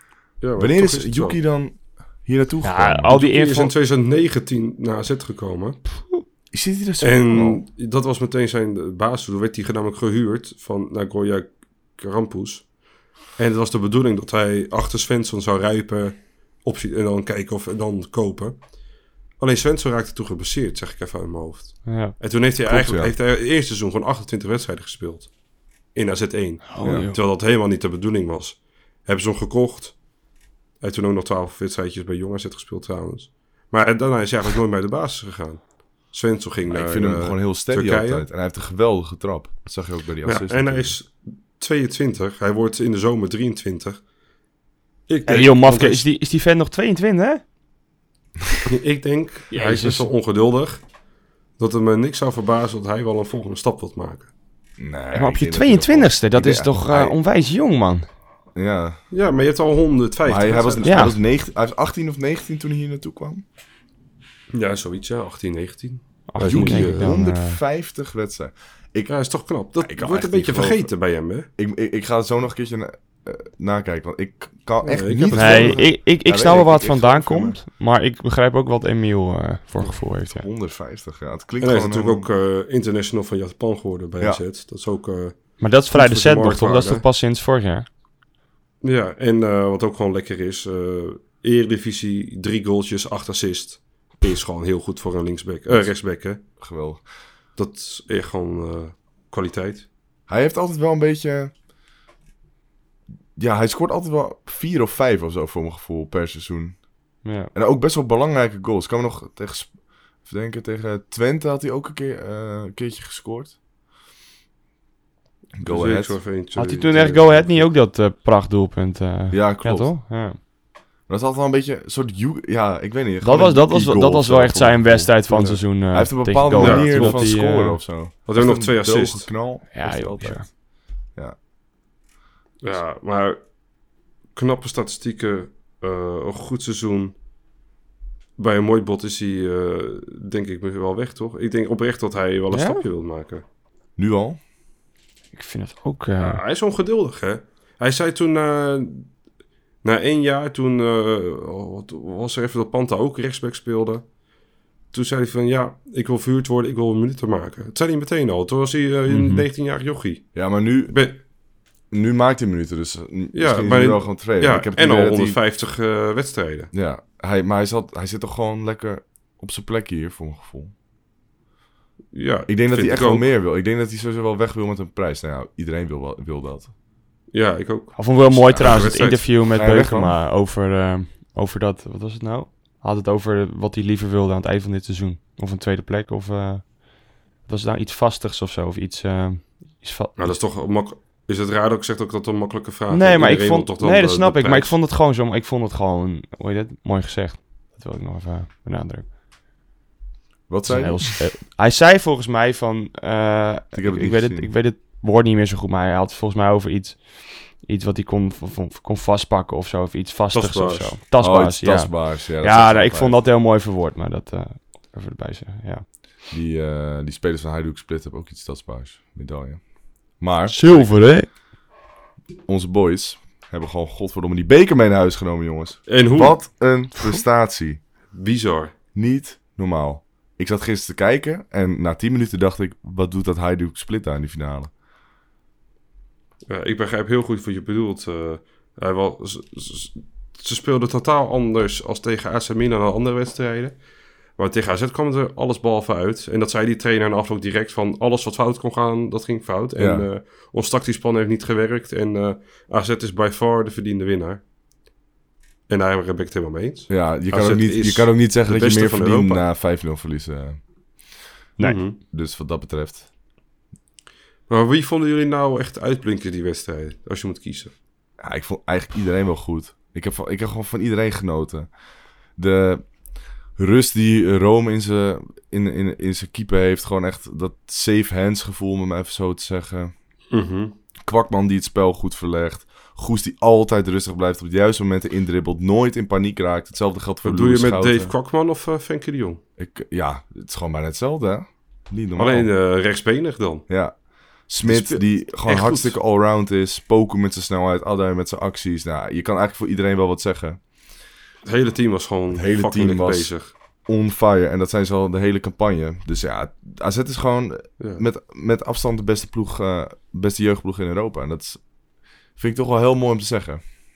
Ja, maar Wanneer toch is het zo. Yuki dan hier naartoe Ja, gekomen? al die Yuki is info... in twintig negentien naar A Z gekomen. Zit hij er zo En al? dat was meteen zijn basis. Toen werd hij namelijk gehuurd van Nagoya Grampus. En het was de bedoeling dat hij achter Svensson zou rijpen, optie, en dan kijken of en dan kopen. Alleen Svensson raakte toen geblesseerd, zeg ik even uit mijn hoofd. Ja. En toen heeft hij Klopt, eigenlijk ja. heeft hij het eerste seizoen gewoon achtentwintig wedstrijden gespeeld. In A Z één. Oh, Ja. joh. Terwijl dat helemaal niet de bedoeling was. Hebben ze hem gekocht. Hij heeft toen ook nog twaalf wedstrijdjes bij Jong A Z gespeeld trouwens. Maar daarna is hij eigenlijk nooit bij de basis gegaan. Svensson ging Maar naar ik vind hem eh, gewoon heel steady Turkije. altijd. En hij heeft een geweldige trap. Dat zag je ook bij die Ja, assist. en hij natuurlijk. is tweeëntwintig. Hij wordt in de zomer drieëntwintig. Ik Hey, denk, joh, want Mafke, hij is die, is die fan nog tweeëntwintig, hè? ik denk, hij is Jezus. best wel ongeduldig, dat het me niks zou verbazen dat hij wel een volgende stap wilt maken. Nee, Maar op ik je denk dat hij nog tweeëntwintigste, dat wel- is Ja, toch uh, hij- onwijs jong, man. Ja, Ja, maar je hebt al honderdvijftig. maar hij, hij, was, wedstrijden. Ja. hij, was negentien, hij was achttien of negentien toen hij hier naartoe kwam. Ja, zoiets, ja, achttien, negentien. achttien, Yuki, denk ik dan, uh, honderdvijftig wedstrijden. Ik, Ja, is toch knap. Dat ik kan wordt echt een beetje niet geloven. vergeten bij hem, hè? ik, ik, ik ga het zo nog een keertje na- eh, nakijken, want ik kan Ja, echt ik niet... heb het Nee, geloven. ik, ik, ik weet snap ik, wel wat ik- ik vandaan geloof hem, komt, maar ik begrijp ook wat Emiel uh, voor gevoel heeft, ja. honderdvijftig, ja. Het En klinkt hij is gewoon... natuurlijk ook uh, international van Japan geworden bij Ja. A Z. Dat is ook... uh, Maar dat is vrij Goed de voor de setbocht, toch? Dat is toch marktwaarde. pas sinds vorig jaar? ja, en uh, wat ook gewoon lekker is, uh, Eredivisie, drie goaltjes, acht assist. Is gewoon heel goed voor een linksback, uh, rechtsback, hè? Geweldig. Dat is echt gewoon uh, kwaliteit. Hij heeft altijd wel een beetje... Ja, hij scoort altijd wel vier of vijf of zo voor mijn gevoel per seizoen. Ja. En ook best wel belangrijke goals. Ik kan me nog tegen, Sp- even denken, tegen Twente had hij ook een, keer, eh, een keertje gescoord. Go Dus ahead. ik zo even eentje- Had hij toen echt Go Ahead niet ook dat uh, prachtdoelpunt? Uh, Ja, ja, klopt. toch? Ja. Maar dat is altijd wel een beetje een soort... ju- Ja, ik weet niet. Dat gewoon was, een dat, was, Yuki dat goal was of wel zo, echt voor mijn zijn gevoel. wedstrijd van het Ja. seizoen. uh, Hij heeft een tegen bepaalde Go Ahead. manier Klopt, van die, uh, scoren of zo. Had ook nog Echt twee een assists. doelgeknal. Ja, Is joh, altijd. bizar. Ja, maar knappe statistieken, uh, een goed seizoen. Bij een mooi bot is hij, uh, denk ik, wel weg, toch? Ik denk oprecht dat hij wel een Ja? stapje wil maken. Nu al? Ik vind het ook... Uh, Ja, hij is ongeduldig, hè? Hij zei toen, uh, na één jaar, toen uh, wat was er even dat Panta ook rechtsback speelde. Toen zei hij van, ja, ik wil verhuurd worden, ik wil minuten maken. Dat zei hij meteen al. Toen was hij uh, een Mhm. negentienjarig jochie. Ja, maar nu, Ik Ben, nu maakt hij minuten, dus uh, misschien is maar- hij wel gewoon tevreden. ja, Ik heb het en idee al dat hij- honderdvijftig uh, wedstrijden. Ja, hij, maar hij, zat, hij zit toch gewoon lekker op zijn plek hier, voor mijn gevoel. Ja, Ik denk dat hij vind echt ik wel ook. meer wil. Ik denk dat hij sowieso wel weg wil met een prijs. Nou ja, iedereen wil, wel, wil dat. Ja, ik ook. Ik vond het wel mooi Ja, trouwens, het wedstrijd. interview met Ga je weg, Beukema over, uh, over dat... Wat was het nou? Had het over wat hij liever wilde aan het eind van dit seizoen. Of een tweede plek, of... Uh, was het nou iets vastigs of zo? Of iets... Uh, iets va- Nou, dat is toch mak- Is het raar dat ik zeg ook dat het een makkelijke vraag is? Nee, maar ik Iedereen vond... wil toch dan Nee, dat de- snap de ik. Maar ik prijs? vond het gewoon zo... Ik vond het gewoon... Hoe heet het? Mooi gezegd. Dat wil ik nog even benadrukken. Wat Dat is zei een hij? heel s- eh, hij zei volgens mij van... Uh, Ik heb ik, het ik, niet weet het, gezien. ik weet het woord niet meer zo goed, maar hij had het volgens mij over iets... Iets wat hij kon, kon, kon vastpakken of zo. Of iets vastigs of Tastbaars. zo. Tastbaars, Oh, iets ja. tastbaars. Ja, dat Ja, zegt nou, ik altijd. vond dat heel mooi verwoord, maar dat... Uh, even erbij zeggen, ja. Die, eh, die spelers van Hajduk Split hebben ook iets tastbaars. Medaille. Maar Zilver, hè? onze boys hebben gewoon godverdomme die beker mee naar huis genomen, jongens. En hoe? Wat een prestatie. Bizar. Niet normaal. Ik zat gisteren te kijken en na tien minuten dacht ik... Wat doet dat Hajduk Split daar in die finale? Ja, ik begrijp heel goed wat je bedoelt. Uh, hij was, ze, ze- ze speelden totaal anders als tegen A C Milan en andere wedstrijden. Maar tegen A Z kwam er alles behalve uit. En dat zei die trainer na afloop direct van... alles wat fout kon gaan, dat ging fout. En Ja. uh, ons tactisch plan heeft niet gewerkt. En uh, A Z is by far de verdiende winnaar. En daar ben ik het helemaal mee eens. Ja, je kan, A Z ook niet, is je kan ook niet zeggen de dat je meer beste van verdient Europa. na vijf nul verliezen. Nee. Mhm. Dus wat dat betreft... Maar wie vonden jullie nou echt uitblinken die wedstrijd? Als je moet kiezen. Ja, ik vond eigenlijk iedereen wel goed. Ik heb, van, ik heb gewoon van iedereen genoten. De rust die Rome in zijn in, in, in zijn keeper heeft. Gewoon echt dat safe hands gevoel, om hem even zo te zeggen. Mhm. Kwakman die het spel goed verlegt. Goes die altijd rustig blijft, op de juiste momenten indribbelt. Nooit in paniek raakt. Hetzelfde geldt voor Wat doe je Louis met Schouten. Dave Kwakman of uh, Frenkie de Jong? Ik, ja, het is gewoon bijna hetzelfde, hè? Niet normaal. Alleen uh, rechtsbenig dan. Ja. Smit, speelt die gewoon echt hartstikke allround is. Poku met zijn snelheid, Adai met zijn acties. Nou, je kan eigenlijk voor iedereen wel wat zeggen. Het hele team was gewoon Het hele fucking team lekker was- bezig. On fire. En dat zijn ze al de hele campagne. Dus ja, A Z is gewoon Ja. met, met afstand de beste ploeg, uh, beste jeugdploeg in Europa. En dat is, vind ik toch wel heel mooi om te zeggen.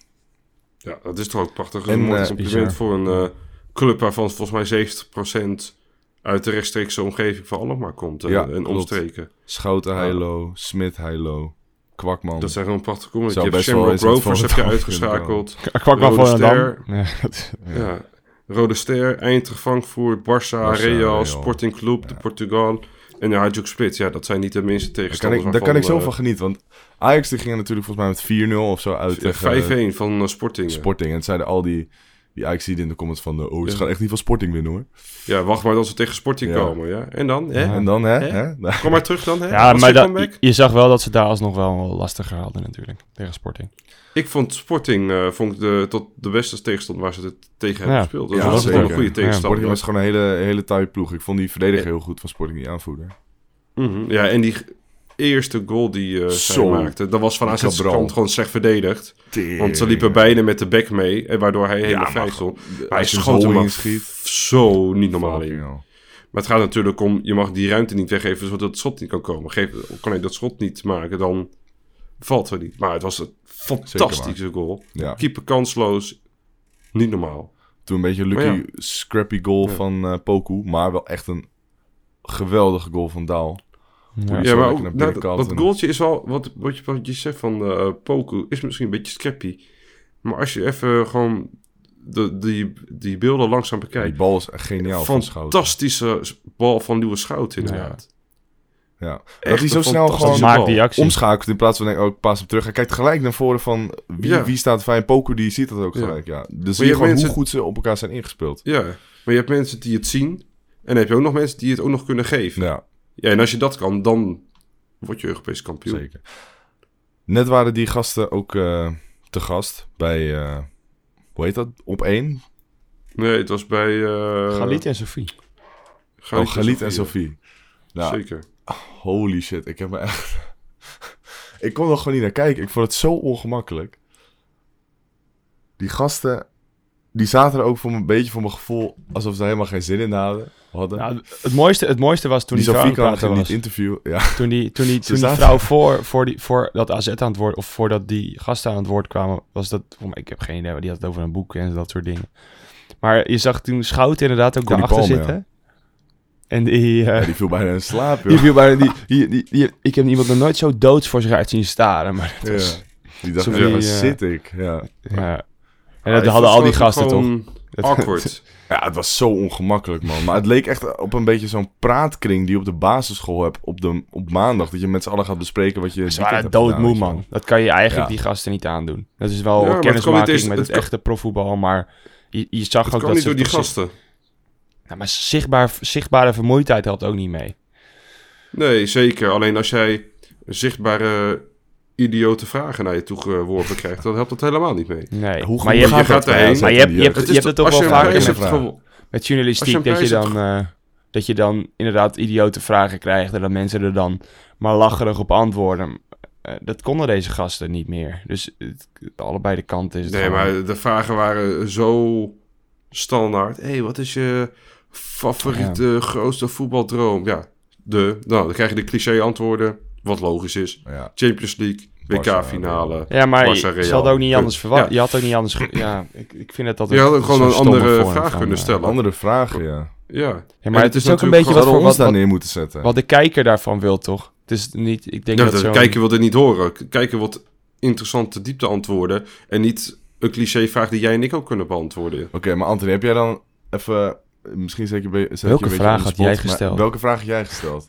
Ja, dat is toch ook prachtig. En, Een mooi eh, compliment voor een uh, club waarvan volgens mij zeventig procent uit de rechtstreekse omgeving van Alkmaar komt. Uh, Ja, en klopt. omstreken. Schouten, Heilo, Smit, Heilo, Kwakman. Dat zijn gewoon prachtige comments. Je Zou hebt best wel Shamrock eens in het Rovers heb je volgende kunnen uitgeschakeld. Kwak maar Rode voor een Ster. dam. Ja, dat- Ja. Rode Ster, Eintracht Frankfurt, Barça, Barça, Real, Real. Sporting Club, de Portugal en de Hajduk Split. Ja, dat zijn niet de minste Daar kan tegenstanders. ik, daar kan ik zo waarvan, van genieten. Want Ajax die ging natuurlijk volgens mij met vier nul of zo uit uh, tegen vijf-een van uh, Sporting. Sporting. En het zeiden al die, die Ajax in de comments van... Uh, oh, ze Ja. gaan echt niet van Sporting winnen hoor. Ja, wacht maar tot ze tegen Sporting Ja. komen. Ja. En dan? Hè? En dan hè? Hè? hè? Kom maar terug dan. Hè? Ja, Was maar je dat, comeback? je zag wel dat ze daar alsnog wel lastiger hadden natuurlijk. Tegen Sporting. Ik vond Sporting uh, vond ik de, tot de beste tegenstander waar ze het tegen hebben Ja. gespeeld. Dus Ja, dat was zeker. gewoon een goede Sporting tegenstander. was gewoon een hele, hele taaie ploeg. Ik vond die verdediger heel goed van Sporting, die aanvoerder. Mhm. Ja, en die g- eerste goal die uh, zij Zo. maakte, dat was van A Z's Cabral. kant gewoon slecht verdedigd. Want ze liepen beide met de bek mee, en waardoor hij helemaal maar vrij stond. Hij als je schoot zo hem maar inschiet. zo niet normaal Fucking in. hell. Maar het gaat natuurlijk om, je mag die ruimte niet weggeven zodat het schot niet kan komen. Geef, kan hij dat schot niet maken, dan valt er niet. Maar het was een fantastische goal. Ja. Keeper kansloos, niet normaal. Toen een beetje een lucky, Maar ja. scrappy goal Ja. van uh, Poku. Maar wel echt een geweldige goal van Daal. Ja. Ja, Ja, zo maar lekker ook, naar nou, binnenkant dat en- goaltje is wel, wat, wat, je, wat je zegt van uh, Poku, is misschien een beetje scrappy. Maar als je even gewoon de, die, die beelden langzaam Die bekijkt. bal is echt geniaal van Schouten. Fantastische bal van Nieuwe Schout inderdaad. Ja. Dat Echt hij zo een snel fantastische gewoon Maakt bal. die actie. omschakelt in plaats van denk, oh, ik pas hem terug. Hij kijkt gelijk naar voren van wie, Ja. wie staat fijn. Poku die ziet dat ook Ja. gelijk. Ja. Dus je zie je hebt gewoon mensen- hoe goed ze op elkaar zijn ingespeeld. Ja, maar je hebt mensen die het zien. En dan heb je ook nog mensen die het ook nog kunnen geven. Ja, Ja, en als je dat kan, dan word je Europees kampioen. zeker. Net waren die gasten ook uh, te gast bij, uh, hoe heet dat? Op één? Nee, het was bij... Uh, Galit en Sofie. Oh, Galit en ja. Sofie. Nou, Zeker. holy shit. Ik heb me echt... ik kon er gewoon niet naar kijken. Ik vond het zo ongemakkelijk. Die gasten... Die zaten er ook voor een beetje voor mijn gevoel... alsof ze er helemaal geen zin in hadden. hadden. Nou, het, mooiste, het mooiste was toen die die, vrouw Sofie aan het kwam in praten dit was. interview. Ja, Toen die, toen die, toen die zaten- vrouw voor, voor, die, voor dat A Z aan het woord... of voordat die gasten aan het woord kwamen... was dat... oh, ik heb geen idee, maar die had het over een boek en dat soort dingen. Maar je zag toen Schouten inderdaad ook Connie daarachter Palmer, zitten. En die... eh, ja, die viel bijna in slaap, joh. die viel bijna... Die, die, die, die- ik heb iemand nog nooit zo doods voor zich uit zien staren. Maar dat Ja. was... Die dacht, Sofie, ja, waar eh, zit ik? Ja. Ja. En Ja, dat ik hadden al die vond het gasten toch? gewoon awkward. ja, het was zo ongemakkelijk, man. Maar het leek echt op een beetje zo'n praatkring... die je op de basisschool hebt op, de, op maandag. Dat je met z'n allen gaat bespreken wat je... het Ze weekend waren hebt gedaan, doodmoe, weet je wel. man. Dat kan je eigenlijk Ja. die gasten niet aandoen. Dat is wel Ja, maar het kennismaking kan niet eens- met het het kan- echte profvoetbal, maar je, je zag Het ook kan dat niet ze door die toch zich- gasten. Nou, maar zichtbaar, zichtbare vermoeidheid helpt ook niet mee. Nee, zeker. Alleen als jij zichtbare idiote vragen naar je toe geworpen krijgt, dan helpt dat helemaal niet mee. Nee, Hoe maar goed je, gaat je, gaat dat erheen. bij maar je, hebt, je, hebt, jeugd? je hebt het toch als wel je een vaker prijs met, hebt vragen. gewonnen- met als je journalistiek een dat je, prijs dan, eh, dat je dan inderdaad idiote vragen krijgt en dat mensen er dan maar lacherig op antwoorden. Eh, dat konden deze gasten niet meer. Dus het, allebei de kanten is het Nee, gewoon- maar de vragen waren zo standaard. Hé, hey, wat is je favoriete grootste voetbaldroom? Ja, de. Nou, dan krijg je de cliché antwoorden, wat logisch is. Ja. Champions League, W Barca, K-finale. Ja, maar Barça, je, Real. ze hadden ook niet Punt. anders verwacht. Ja. Je had ook niet anders... ge- ja, ik, ik vind het dat Je had ook gewoon zo'n een stomme andere vorm vraag van, kunnen eh, stellen. Andere vragen, ja. Ja. Ja, En maar het het is is ook een natuurlijk beetje wat Hadden voor we ons wat, daar wat, neer moeten zetten. wat de kijker daarvan wil, toch? Het is niet... Ik denk Ja, dat dat zo'n... kijken wil dit niet horen. K- Kijken wat interessante diepteantwoorden. En niet een clichévraag die jij en ik ook kunnen beantwoorden. Oké, maar Anthony, heb jij dan even... Misschien zeker be- zet je Welke een beetje vraag on the had spot, jij maar gesteld? Welke vraag had jij gesteld?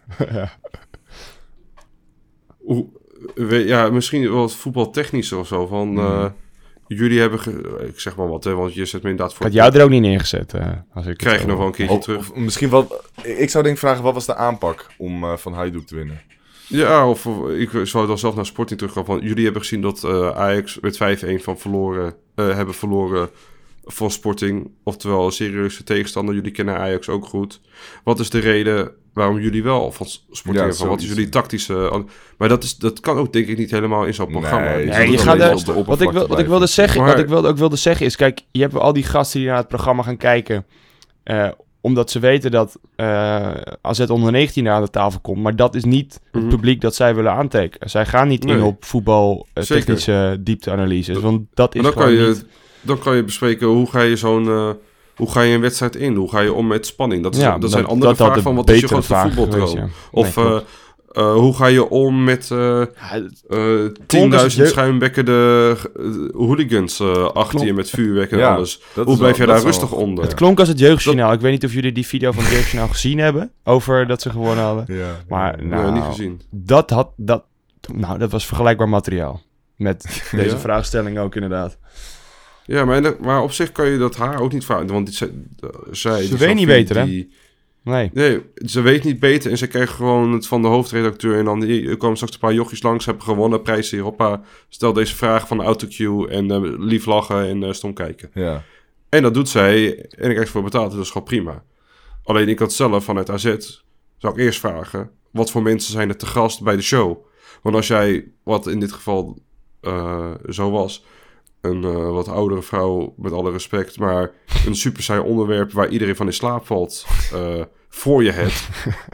Hoe, we- ja, misschien wel voetbaltechnisch of zo. Van, Hmm. eh, jullie hebben... Ge- ik zeg maar wat, hè, want je zet me inderdaad Ik voor... had jou er ook niet neergezet. eh, als ik het Krijg je zo- nog wel een keertje Of, terug. of misschien wat... Ik zou denk ik vragen, wat was de aanpak om uh, van Hajduk te winnen? Ja, of eh, ik zou dan zelf naar Sporting teruggaan. Van, jullie hebben gezien dat eh, Ajax met vijf-een van verloren, eh, hebben verloren voor Sporting, oftewel een serieuze tegenstander. Jullie kennen Ajax ook goed. Wat is de reden waarom jullie wel van Sporting Ja, hebben? Wat is zoiets. jullie tactische... Maar dat, is, dat kan ook denk ik niet helemaal in zo'n programma. Nee, Dus Nee, dat je is gaat alleen er- als de wat, ik oppervlakte wil, wat ik blijven. wilde zeggen, Maar- wat ik wilde, ook wilde zeggen is, kijk, je hebt al die gasten die naar het programma gaan kijken, eh, omdat ze weten dat eh A Z onder negentien aan de tafel komt, maar dat is niet Mhm. het publiek dat zij willen aantekenen. Zij gaan niet in Nee. op voetbal eh, Zeker. technische diepteanalyses, want dat is Maar dan gewoon kan, je, niet... dan kan je bespreken hoe ga je zo'n... eh, hoe ga je een wedstrijd in? Hoe ga je om met spanning? Dat, is, Ja, dat zijn andere dat had vragen de van wat is je betere grootste vraag voetbaldroom? geweest, ja. Of Nee, eh, klopt. eh, hoe ga je om met eh eh tienduizend je- schuimbekkende uh, hooligans eh, achter Klopt. je met vuurwerk en Ja, alles? dat Hoe is blijf je wel- daar dat is rustig wel- onder? Het klonk als het jeugdjournaal. Ik weet niet of jullie die video van het jeugdjournaal gezien hebben, over dat ze gewonnen hadden. Ja. Maar Nee, nou, niet gezien. dat had... Dat, nou, dat was vergelijkbaar materiaal. Met deze Ja? vraagstelling ook inderdaad. Ja, maar, en- maar op zich kan je dat haar ook niet vragen. Want die, zij, uh, zij, Ze die weet niet Sophie, beter, hè? die- Nee. Nee, ze weet niet beter. En ze krijgt gewoon het van de hoofdredacteur. En dan hier, er komen straks een paar jochies langs, hebben gewonnen, prijs hier. Hoppa, stel deze vraag van de autocue. En eh, lief lachen en eh, stom kijken. Ja. En dat doet zij. En ik krijg ervoor betaald. Dat is gewoon prima. Alleen ik had zelf vanuit A Z, zou ik eerst vragen, wat voor mensen zijn er te gast bij de show? Want als jij, wat in dit geval uh, zo was, een uh, wat oudere vrouw, met alle respect, maar een super saai onderwerp waar iedereen van in slaap valt, uh, voor je hebt,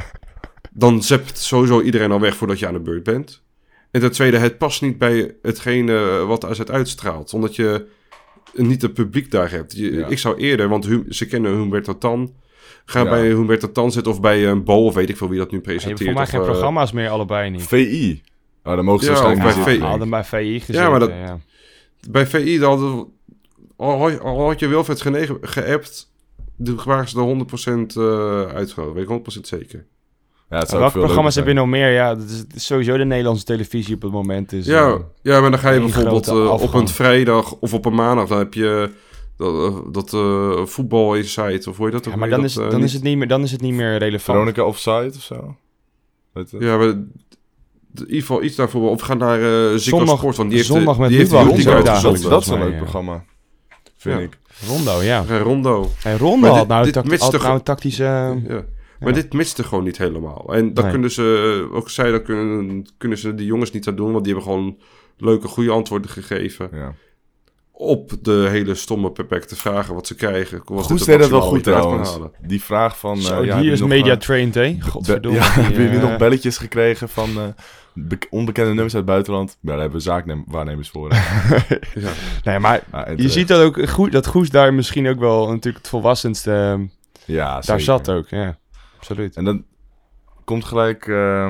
dan zept sowieso iedereen al weg voordat je aan de beurt bent. En ten tweede, het past niet bij hetgene wat A Z uitstraalt, omdat je niet het publiek daar hebt. Je, Ja. Ik zou eerder, want Hum, ze kennen Humberto Tan, ga Ja. bij Humberto Tan zitten of bij een Bo, of weet ik veel wie dat nu Je hebt presenteert. voor mij of, geen uh, programma's meer, allebei niet. V I. Oh, dan mogen ze Ja, waarschijnlijk of niet bij zitten, V I. denk ik. hadden bij V I gezeten. Ja, maar dat- ja. Bij V I, dan, al, had- al had je Wilfred genegen, geappt, de- waren ze er honderd procent uh, uitgehouden. Weet ik honderd procent zeker. Ja, het En zou welke ook veel programma's heb je leuker nog meer? Ja, dat is, het is sowieso de Nederlandse televisie op het moment. Is, Ja, eh, ja, maar dan ga je één bijvoorbeeld grote uh, op afgang. een vrijdag of op een maandag, dan heb je dat, uh, dat uh, voetbal insight, of hoe je dat ook ja, maar weer, dan, dat, is, uh, dan, niet- is het niet meer, dan is het niet meer zijn. relevant. Veronica Offside of zo? Weet je? Ja, maar in ieder geval iets daarvoor. Of we gaan naar uh, Ziggo Zondag- Sport, want die heeft, zondag met die heeft Lubach, die die ook zou daar dat, uitgezonden. dat is een volgens leuk mij, ja. programma. Vind Ja. ik. Rondo, ja. Ja, Rondo. Hey, Rondo Maar had dit- nou, dit tact- matcht had toch- nou een tactische... Ja. Maar Ja. dit matchte gewoon niet helemaal. En dan Nee. kunnen ze, ook zij, dan kunnen, kunnen ze die jongens niet aan doen, want die hebben gewoon leuke, goede antwoorden gegeven Ja. op de hele stomme, beperkte vragen wat ze krijgen. Was Goed dit deed het dat wel maximale goed wat je eruit kan trouwens. halen? Die vraag van... Zo, eh, ja, hier hebben is jullie nog, media eh, trained, hè? be- Godverdomme. ja, die, hebben jullie eh, nog belletjes gekregen van eh, be- onbekende nummers uit het buitenland? Ja, daar hebben we zaakwaarnemers voor. hè. Ja. Nee, maar Ja, en je terecht. ziet dat ook goed, dat Goes daar misschien ook wel natuurlijk het volwassenste eh, Ja, daar zeker. zat ook. Ja, absoluut. En dan komt gelijk eh,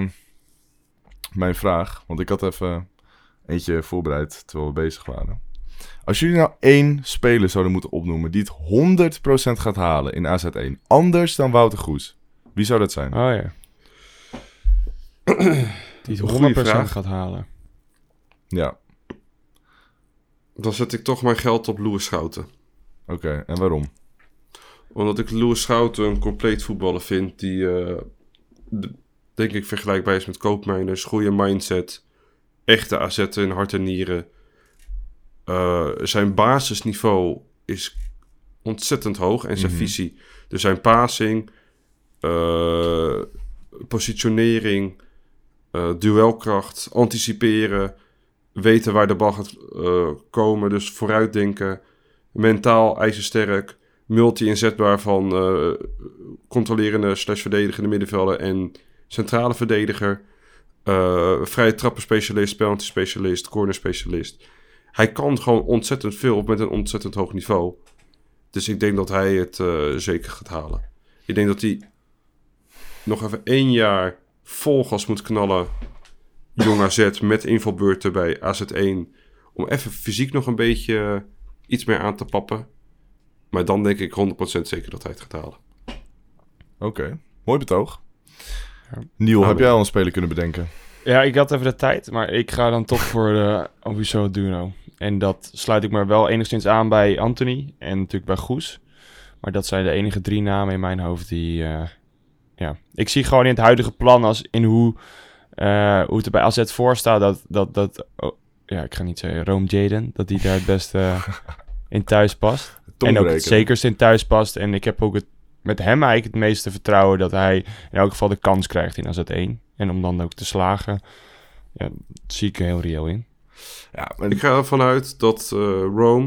mijn vraag. Want ik had even eentje voorbereid terwijl we bezig waren. Als jullie nou één speler zouden moeten opnoemen die het honderd procent gaat halen in A Z één. Anders dan Wouter Goes. Wie zou dat zijn? Oh ja. Die het Goeie honderd procent vraag. gaat halen. Ja, Dan zet ik toch mijn geld op Louis Schouten. oké. En waarom? Omdat ik Louis Schouten een compleet voetballer vind die, eh, de- denk ik, vergelijkbaar is met Koopmeiners. Goede mindset, echte A Z'er in hart en nieren. Uh, zijn basisniveau is ontzettend hoog en zijn Mhm. visie. Dus zijn passing, uh, positionering, uh, duelkracht, anticiperen, weten waar de bal gaat uh, komen, dus vooruitdenken, mentaal ijzersterk, multi-inzetbaar van uh, controlerende slash verdedigende middenvelder en centrale verdediger, uh, vrije trappenspecialist, penalty specialist, corner specialist. Hij kan gewoon ontzettend veel met een ontzettend hoog niveau. Dus ik denk dat hij het uh, zeker gaat halen. Ik denk dat hij nog even één jaar vol gas moet knallen. Jong A Z met invalbeurten bij A Z één. Om even fysiek nog een beetje uh, iets meer aan te pappen. Maar dan denk ik honderd procent zeker dat hij het gaat halen. Oké, mooi betoog. Ja. Niel, Nou, heb jij al een speler kunnen bedenken? Ja, ik had even de tijd, maar ik ga dan toch voor de Oviso Duno. En dat sluit ik me wel enigszins aan bij Anthony en natuurlijk bij Goes. Maar dat zijn de enige drie namen in mijn hoofd die... Uh, ja, ik zie gewoon in het huidige plan als in hoe, uh, hoe het er bij A Z voor staat dat... dat, dat oh, ja, ik ga niet zeggen Rome Jaden, dat die daar het beste uh, in thuis past. te En ook ontbreken. het zekerst in thuis past. En ik heb ook het, met hem eigenlijk het meeste vertrouwen dat hij in elk geval de kans krijgt in A Z één. En om dan ook te slagen, ja, dat zie ik er heel reëel in. Ja, maar Ik ga ervan uit dat uh, Rome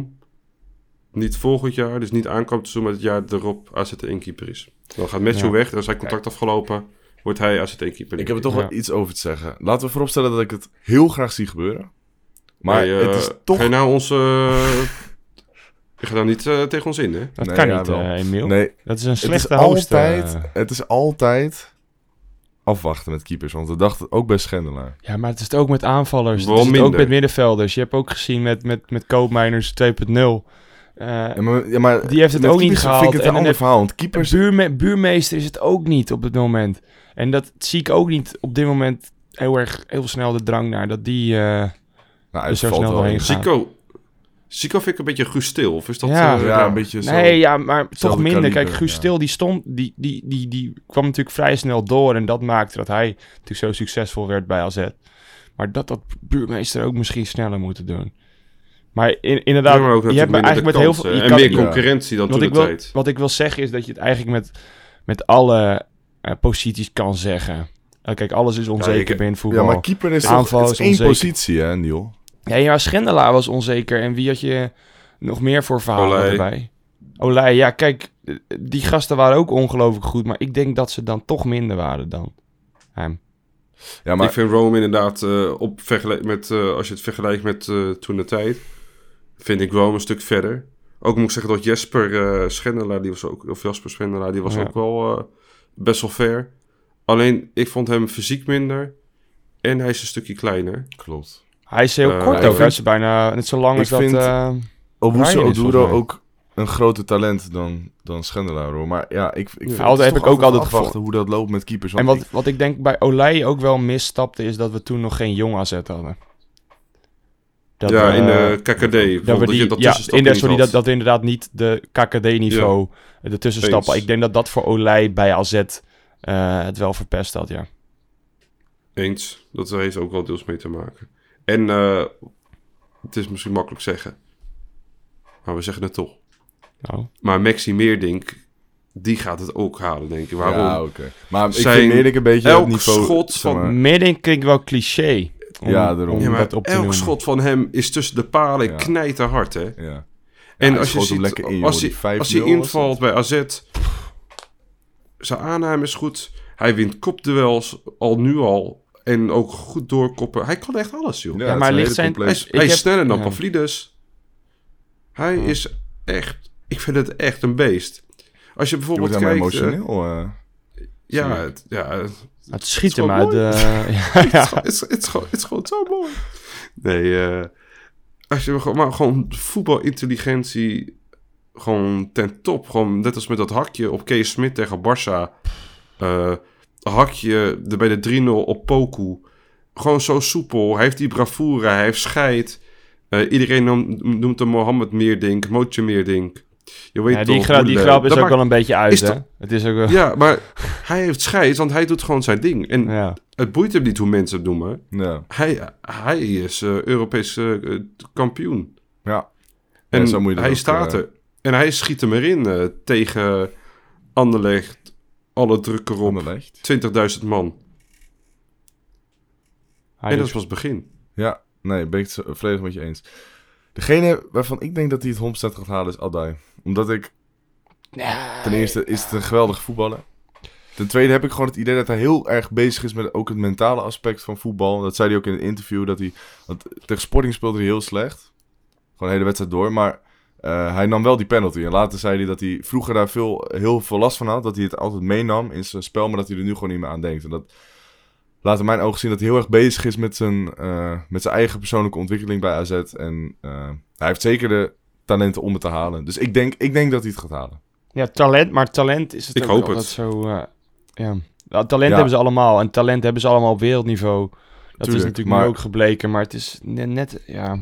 niet volgend jaar, dus niet aankomend seizoen, maar het jaar erop A Z één keeper is. Dan gaat Matthew Ja. weg, dan is zijn contract afgelopen, wordt hij A Z één keeper. ik heb er toch Ja. wel iets over te zeggen. Laten we vooropstellen dat ik het heel graag zie gebeuren. Maar Nee, uh, het is toch... Ga je nou onze... Uh, je gaat nou niet uh, tegen ons in, hè? Dat Nee, kan ja, niet, wel. uh, Emiel. Nee, Dat is een het is, slechte host. altijd, uh. het is altijd afwachten met keepers. Want we dachten ook bij Schendelaar. Ja, maar het is het ook met aanvallers. Wel Het is het ook minder. met middenvelders. Je hebt ook gezien met, met, met Koopmeiners twee punt nul. Uh, Ja, maar, ja, maar Die heeft het met ook niet keepers gehaald. vind ik het En een dan ander heb- verhaal. Want keepers... buurme- buurmeester is het ook niet op het moment. En dat zie ik ook niet op dit moment heel erg heel snel de drang naar. Dat die... uh, Nou, er hij zo valt snel wel doorheen in. gaat. Zico, Zico vind ik een beetje Guus Til, of is dat... Ja. uh, Ja, een beetje zo. Nee, ja, maar toch hetzelfde minder. kaliber, Kijk, Guus ja. Til, die stond, die, die, die, die kwam natuurlijk vrij snel door. En dat maakte dat hij natuurlijk zo succesvol werd bij A Z. Maar dat dat buurmeester ook misschien sneller moeten doen. Maar in, inderdaad, Ja, maar ook je hebt natuurlijk eigenlijk met minder heel de veel... kansen je En kan- meer ja. concurrentie dan wat, toen ik de wil, tijd. wat ik wil zeggen is dat je het eigenlijk met, met alle uh, posities kan zeggen. Uh, kijk, alles is onzeker je- binnen voetbal. Ja, maar keeper is toch... Aanval Het is is één onzeker. positie, hè, Niel? Ja, ja, Schendelaar was onzeker. En wie had je nog meer voor verhalen Olij. erbij? Olij, ja, kijk, die gasten waren ook ongelooflijk goed. Maar ik denk dat ze dan toch minder waren dan hem. Ja, maar Ik vind Rome inderdaad, uh, op vergelijk met, uh, als je het vergelijkt met uh, toen de tijd, vind ik Rome een stuk verder. Ook moet ik zeggen dat Jesper uh, Schendelaar, die was ook, of Jasper Schendelaar, die was Ja. ook wel uh, best wel ver. Alleen, ik vond hem fysiek minder en hij is een stukje kleiner. klopt. Hij is heel Uh, kort ik ook. vind- Hij is bijna net zo lang ik als dat... vind- uh, Owusu Ryan is volgens Oduro mij. ook een groter talent dan, dan Schendelaar, hoor. Maar ja, ik, ik vind Ja, het dat is heb toch ik ook altijd afwachten hoe dat loopt met keepers. en Want wat, wat ik denk bij Olij ook wel misstapte, is dat we toen nog geen jong A Z hadden. Dat, ja, we- in de K K D. Dat we Dat die, je dat ja, tussenstapje in de, niet sorry, had. dat, dat inderdaad niet de K K D-niveau, de tussenstappen. Eens. Ik denk dat dat voor Olij bij A Z uh, het wel verpest had, ja. Eens. Dat heeft ook wel deels mee te maken. En uh, het is misschien makkelijk zeggen, maar we zeggen het toch. Nou, Maar Maxi Meerdink, die gaat het ook halen, denk ik. Waarom? Ja, oké. Maar ik Zijn vind Meerdink een beetje elk het niveau... schot zeg maar, van- Meerdink klinkt wel cliché. Om, Ja, daarom. om Ja, maar dat op te elk noemen. schot van hem is tussen de palen Ja. knijterhard, hè? Ja. En hij als je schoot hem ziet, lekker in, joh, als die hij, vijf als hij nul was invalt bij A Z, zijn aanname is goed. Hij wint kopduels al nu al. En ook goed doorkoppen. Hij kan echt alles, joh. Ja, Ja, het maar is een ligt hele zijn- Hij compleet- is, ik hij is heb- sneller dan ja. Pavlidis. Hij Ja. is echt... Ik vind het echt een beest. Als je Je wordt bijvoorbeeld helemaal kijkt... eh, emotioneel. eh. ja, Zie ik. het, ja, het, Het schiet is hem gewoon uit de... ja, is ja. gewoon- het, is, het, is gewoon, het is gewoon zo mooi. Nee, eh, als je gewoon, maar gewoon voetbalintelligentie gewoon ten top. Gewoon net als met dat hakje op Kees Smit tegen Barça. Eh, hakje de, bij de drie nul op Poku. Gewoon zo soepel. Hij heeft die bravoure, hij heeft scheid. Eh, iedereen noemt, noemt hem Mohammed Meerdink, Mootje Meerdink. Je weet Ja, die, toch, gra- die Boele. grap is Dat ook maakt- wel een beetje uit, is hè? toch- Het is ook wel... Ja, maar hij heeft scheid, want hij doet gewoon zijn ding. En Ja. het boeit hem niet hoe mensen het noemen. Ja. Hij, hij is uh, Europees uh, kampioen. Ja. En Ja, zo moet je dat hij ook, staat uh, er. En hij schiet hem erin uh, tegen Anderlecht. Alle druk erop. Anderlecht. twintigduizend man. Hij en dat is- was het begin. Ja, nee, ben ik het zo- volledig met je eens. Degene waarvan ik denk dat hij het honderd procent gaat halen is Adai. Omdat ik... Ten eerste is het een geweldige voetballer. Ten tweede heb ik gewoon het idee dat hij heel erg bezig is met ook het mentale aspect van voetbal. Dat zei hij ook in het interview. Dat hij, want tegen Sporting speelde hij heel slecht. Gewoon de hele wedstrijd door. Maar uh, hij nam wel die penalty. En later zei hij dat hij vroeger daar veel, heel veel last van had. Dat hij het altijd meenam in zijn spel. Maar dat hij er nu gewoon niet meer aan denkt. En dat laat in mijn ogen zien dat hij heel erg bezig is met zijn, uh, met zijn eigen persoonlijke ontwikkeling bij A Z. En uh, hij heeft zeker de talenten om het te halen. Dus ik denk, ik denk dat hij het gaat halen. Ja, talent, maar talent is het Ik ook hoop altijd het. zo... uh, ja. Ja, talent Ja. hebben ze allemaal. En talent hebben ze allemaal op wereldniveau. Dat Tuurlijk, is natuurlijk maar- nu ook gebleken. Maar het is net, net... Ja,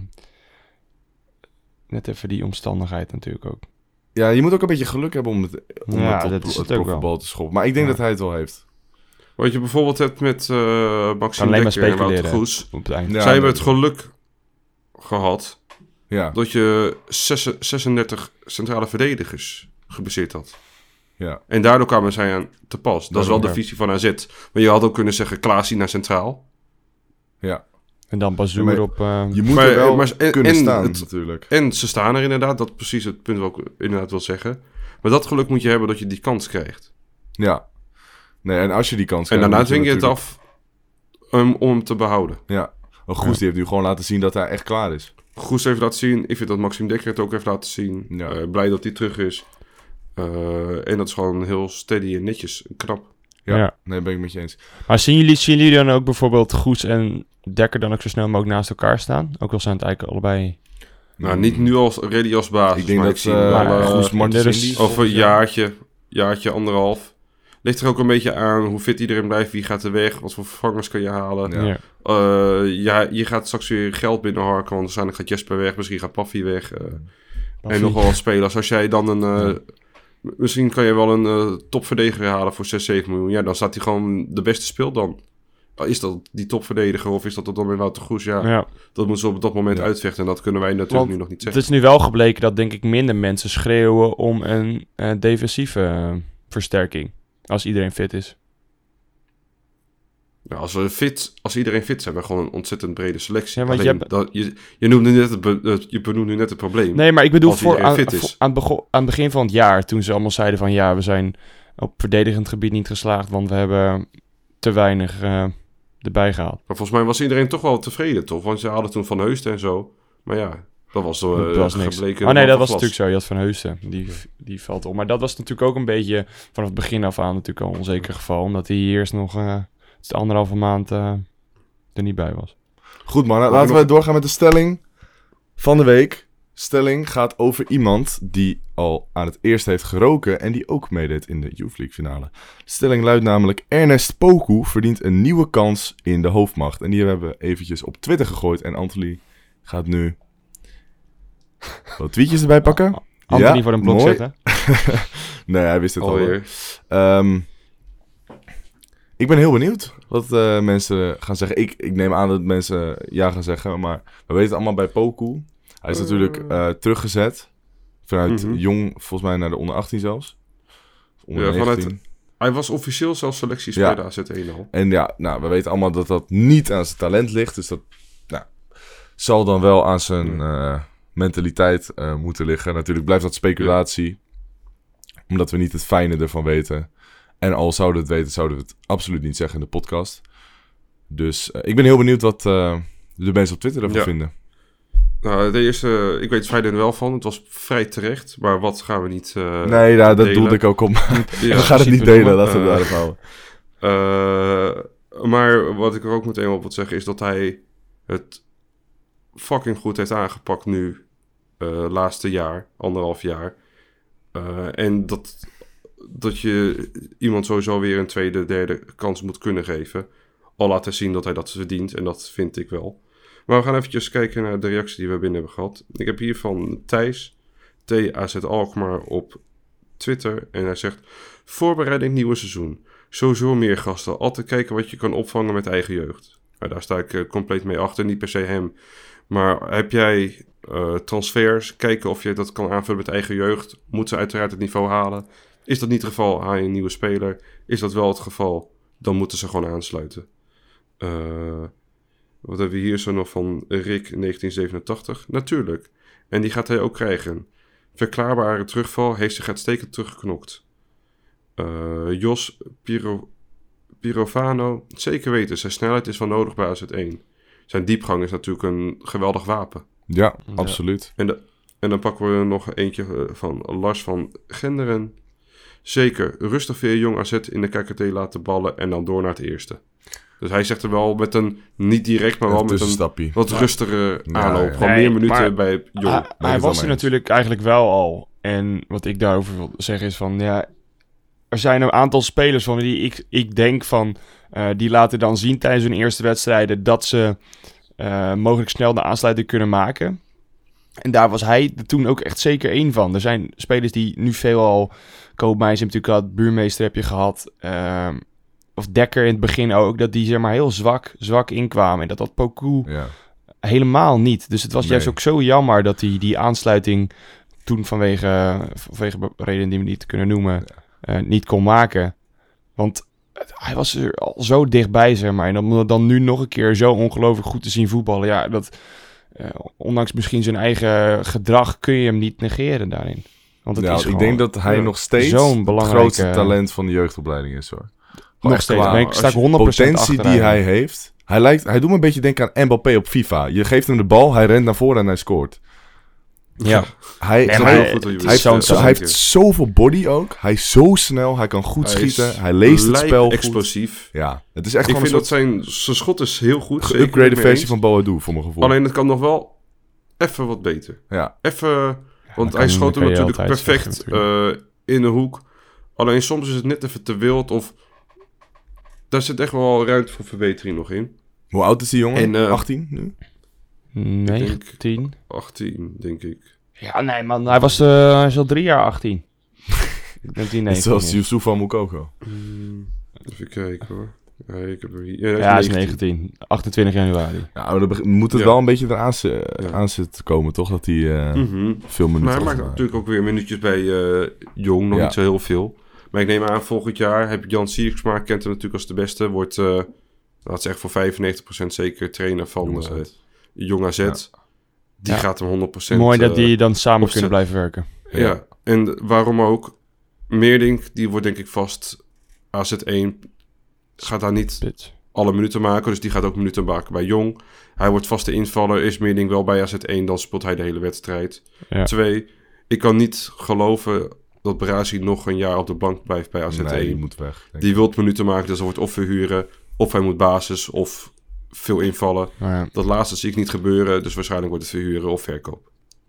net even die omstandigheid natuurlijk ook. Ja, je moet ook een beetje geluk hebben om het, om Ja, het op dat is het het ook profvoetbal te schoppen. Maar ik denk Ja. dat hij het wel heeft. Wat je bijvoorbeeld hebt met uh, Maxime Alleen maar Dekker en Wouter speculeren. Goes. Op het eind. Ja, Zij hebben dat- het geluk gehad. Ja, dat je zes- zesendertig centrale verdedigers gebaseerd had. ja. En daardoor kwamen zij aan te pas. Dat is wel de Ja. visie van A Z. Maar je had ook kunnen zeggen Klaasie naar centraal. ja. En dan Bazoer Ja, maar op... uh, Je moet Maar- er wel maar- en- kunnen en staan, het- natuurlijk. En ze staan er inderdaad. Dat is precies het punt wat ik inderdaad wil zeggen. Maar dat geluk moet je hebben dat je die kans krijgt. Ja. Nee, en als je die kans En krijgt... daarna moet dwing je het natuurlijk- af um, om hem te behouden. Ja. Maar Goes, die heeft nu gewoon laten zien dat hij echt klaar is. Goes heeft laten zien. Ik vind dat Maxime Dekker het ook heeft laten zien. Ja. Uh, blij dat hij terug is. Uh, en dat is gewoon heel steady en netjes. Knap. Ja, Ja. nee, ben ik met je eens. Maar zien jullie, zien jullie dan ook bijvoorbeeld Goes en Dekker dan ook zo snel mogelijk naast elkaar staan? Ook al zijn het eigenlijk allebei... Nou, niet nu als ready als basis. Ik denk maar dat ik zie uh, hem wel, maar, uh, Goes, Martens er is- Indy over een volgend jaar. jaartje, jaartje, anderhalf. Ligt er ook een beetje aan hoe fit iedereen blijft. Wie gaat er weg? Wat voor vervangers kan je halen? Ja. Ja. Uh, ja, je gaat straks weer geld binnenharken. Want waarschijnlijk gaat Jesper weg. Misschien gaat Paffy weg. Uh, en nog wel wat spelers. Als jij dan een... Uh, m- misschien kan je wel een uh, topverdediger halen voor zes, zeven miljoen. Ja, dan staat hij gewoon de beste speelt dan. Is dat die topverdediger of is dat dan weer Wouter Goes? Ja, Ja. dat moeten ze op dat moment Ja. uitvechten. En dat kunnen wij natuurlijk Want nu nog niet Het zeggen. is nu wel gebleken dat denk ik minder mensen schreeuwen om een eh, defensieve eh, versterking. Als iedereen fit is. Ja, als, we fit, als iedereen fit is, hebben we gewoon een ontzettend brede selectie. Ja, want Alleen, je hebt- dat, je, je, noemde net het, be- het- je benoemde nu net het probleem. Nee, maar ik bedoel Als voor iedereen aan, fit is. voor- aan, het bego- aan het begin van het jaar, toen ze allemaal zeiden van ja, we zijn op verdedigend gebied niet geslaagd, want we hebben te weinig eh, erbij gehaald. Maar volgens mij was iedereen toch wel tevreden, toch? Want ze hadden toen Van Heusden en zo. Maar ja, dat was, uh, dat was niks. gebleken... Oh nee, dat was glas. natuurlijk zo. Je had Van Heusden, die, die valt op. Maar dat was natuurlijk ook een beetje vanaf het begin af aan natuurlijk al een onzeker geval, omdat hij eerst nog uh, het anderhalve maand uh, er niet bij was. Goed man, Mag laten ik we nog- doorgaan met de stelling van de week. Stelling gaat over iemand die al aan het eerst heeft geroken en die ook meedeed in de Youth League finale. De stelling luidt namelijk: Ernest Poku verdient een nieuwe kans in de hoofdmacht. En die hebben we eventjes op Twitter gegooid en Anthony gaat nu wat tweetjes erbij pakken. Anthony Ja, voor een blok mooi. zetten. Nee, hij wist het al. Alweer. Ehm, ik ben heel benieuwd wat uh, mensen gaan zeggen. Ik, ik neem aan dat mensen ja gaan zeggen, maar we weten het allemaal bij Poku. Hij is Uh. natuurlijk uh, teruggezet vanuit Mhm. jong, volgens mij naar de onder achttien zelfs. Of onder Ja, vanuit- negentien. Hij was officieel zelfs selectiespeler Ja. A Z één al. En ja, nou, we weten allemaal dat dat niet aan zijn talent ligt. Dus dat nou, zal dan wel aan zijn uh, mentaliteit uh, moeten liggen. Natuurlijk blijft dat speculatie. Omdat we niet het fijne ervan weten. En al zouden we het weten, zouden we het absoluut niet zeggen in de podcast. Dus uh, ik ben heel benieuwd wat uh, de mensen op Twitter ervan Ja. vinden. Nou, de eerste, ik weet het vrij er wel van. Het was vrij terecht, maar wat gaan we niet uh, nee, nou, dat delen. doelde ik ook om. Ja, we gaan het niet principe delen, noemen. laten we het Uh, daarop houden. Uh, maar wat ik er ook meteen op wil zeggen is dat hij het fucking goed heeft aangepakt nu, uh, laatste jaar, anderhalf jaar. Uh, en dat, dat je iemand sowieso weer een tweede, derde kans moet kunnen geven. Al laten zien dat hij dat verdient en dat vind ik wel. Maar we gaan eventjes kijken naar de reactie die we binnen hebben gehad. Ik heb hier van Thijs, T A Z Alkmaar op Twitter. En hij zegt: voorbereiding nieuwe seizoen. Sowieso meer gasten. Altijd kijken wat je kan opvangen met eigen jeugd. Nou, daar sta ik uh, compleet mee achter. Niet per se hem. Maar heb jij uh, transfers? Kijken of je dat kan aanvullen met eigen jeugd. Moet ze uiteraard het niveau halen. Is dat niet het geval? Haal je een nieuwe speler. Is dat wel het geval? Dan moeten ze gewoon aansluiten. Uh, wat hebben we hier zo nog van Rick negentien zevenentachtig? Natuurlijk. En die gaat hij ook krijgen. Verklaarbare terugval heeft zich uitstekend teruggeknokt. Uh, Jos Piro, Pirovano, zeker weten, zijn snelheid is wel nodig bij A Z één. Zijn diepgang is natuurlijk een geweldig wapen. Ja, Ja. absoluut. En, de, en dan pakken we nog eentje uh, van Lars van Genderen. Zeker, rustig weer jong A Z in de K K T laten ballen en dan door naar het eerste. Dus hij zegt er wel met een, niet direct, maar wel Een met een tussenstappie. wat rustige Ja, aanloop. ja. Gewoon Nee, meer minuten maar- bij jong. Ah, ben ik hij het wel was er mee eens. natuurlijk eigenlijk wel al. En wat ik daarover wil zeggen is van, ja, er zijn een aantal spelers van die ik, ik denk van, uh, die laten dan zien tijdens hun eerste wedstrijden dat ze uh, mogelijk snel de aansluiting kunnen maken. En daar was hij er toen ook echt zeker één van. Er zijn spelers die nu veelal, Koopmeijs heb je natuurlijk gehad, Buurmeester heb je gehad, uh, of Dekker in het begin ook, dat die zeg maar heel zwak, zwak inkwamen. En dat dat Poku Ja. helemaal niet. Dus het was Nee. juist ook zo jammer dat hij die aansluiting toen vanwege, vanwege redenen die we niet kunnen noemen, ja. uh, niet kon maken. Want het, hij was er al zo dichtbij, zeg maar. En om dan nu nog een keer zo ongelooflijk goed te zien voetballen, ja, dat uh, ondanks misschien zijn eigen gedrag kun je hem niet negeren daarin. Want het Ja, is ik gewoon, denk dat hij ja, nog steeds zo'n het belangrijke- grootste talent van de jeugdopleiding is, hoor. nog echt steeds. qua- Ben ik sta ik honderd procent Potentie achter die hem. hij heeft. Hij, lijkt, hij doet me een beetje denken aan Mbappé op FIFA. Je geeft hem de bal, hij rent naar voren en hij scoort. Ja. Hij, Nee, hij, maar hij, heel goed wat je het bedoelt. is zo'n heeft, hij talent. heeft zoveel body ook. Hij is zo snel, hij kan goed Hij is schieten. Hij leest het lijp spel goed. explosief. Ja, het is echt Ik gewoon vind een dat soort zijn, zijn schot is heel goed. zeker geüpgrade met me versie eens. van Boadu, voor mijn gevoel. Alleen het kan nog wel even wat beter. Ja, Even, want kan- hij schoot dat hem kan je natuurlijk altijd perfect zeggen, eh, in de hoek. Alleen soms is het net even te wild of daar zit echt wel ruimte voor verbetering nog in. hoe oud is die jongen? En, eh, achttien nu? negentien. achttien, denk ik. Ja, nee man, hij was, uh, hij is al drie jaar achttien. Ik denk die Net negentien. zoals is. Youssoufa Moukoko. Hmm, even kijken hoor. Ja, ik heb er hier. Ja, hij is negentien. achtentwintig januari. Ja, maar dan beg- moet het Ja. wel een beetje eraan z- Ja. aan zitten komen, toch? Dat hij eh, Mhm. veel minuten Maar hij had maakt gemaakt. natuurlijk ook weer minuutjes bij eh, Jong, nog Ja. niet zo heel veel. Maar ik neem aan, volgend jaar heb Jan Sierksma, kent hem natuurlijk als de beste, wordt, uh, laat zeggen voor vijfennegentig procent zeker trainer van Jong uh, A Z. Jong A Z. Ja. Die Ja. gaat hem honderd procent... Mooi dat uh, die dan samen opzet- kunnen blijven werken. Ja, en waarom ook? Meerdink, die wordt denk ik vast A Z één. Gaat daar niet Spits. alle minuten maken, dus die gaat ook minuten maken bij Jong. Hij wordt vaste invaller, is Meerdink wel bij A Z één, dan speelt hij de hele wedstrijd. Ja. Twee, ik kan niet geloven dat Berazi nog een jaar op de bank blijft bij A Z één. Nee, die moet weg. denk Die ik. wil minuten maken, dus hij wordt of verhuren, of hij moet basis, of veel invallen. Maar ja. Dat laatste zie ik niet gebeuren, dus waarschijnlijk wordt het verhuren of verkoop.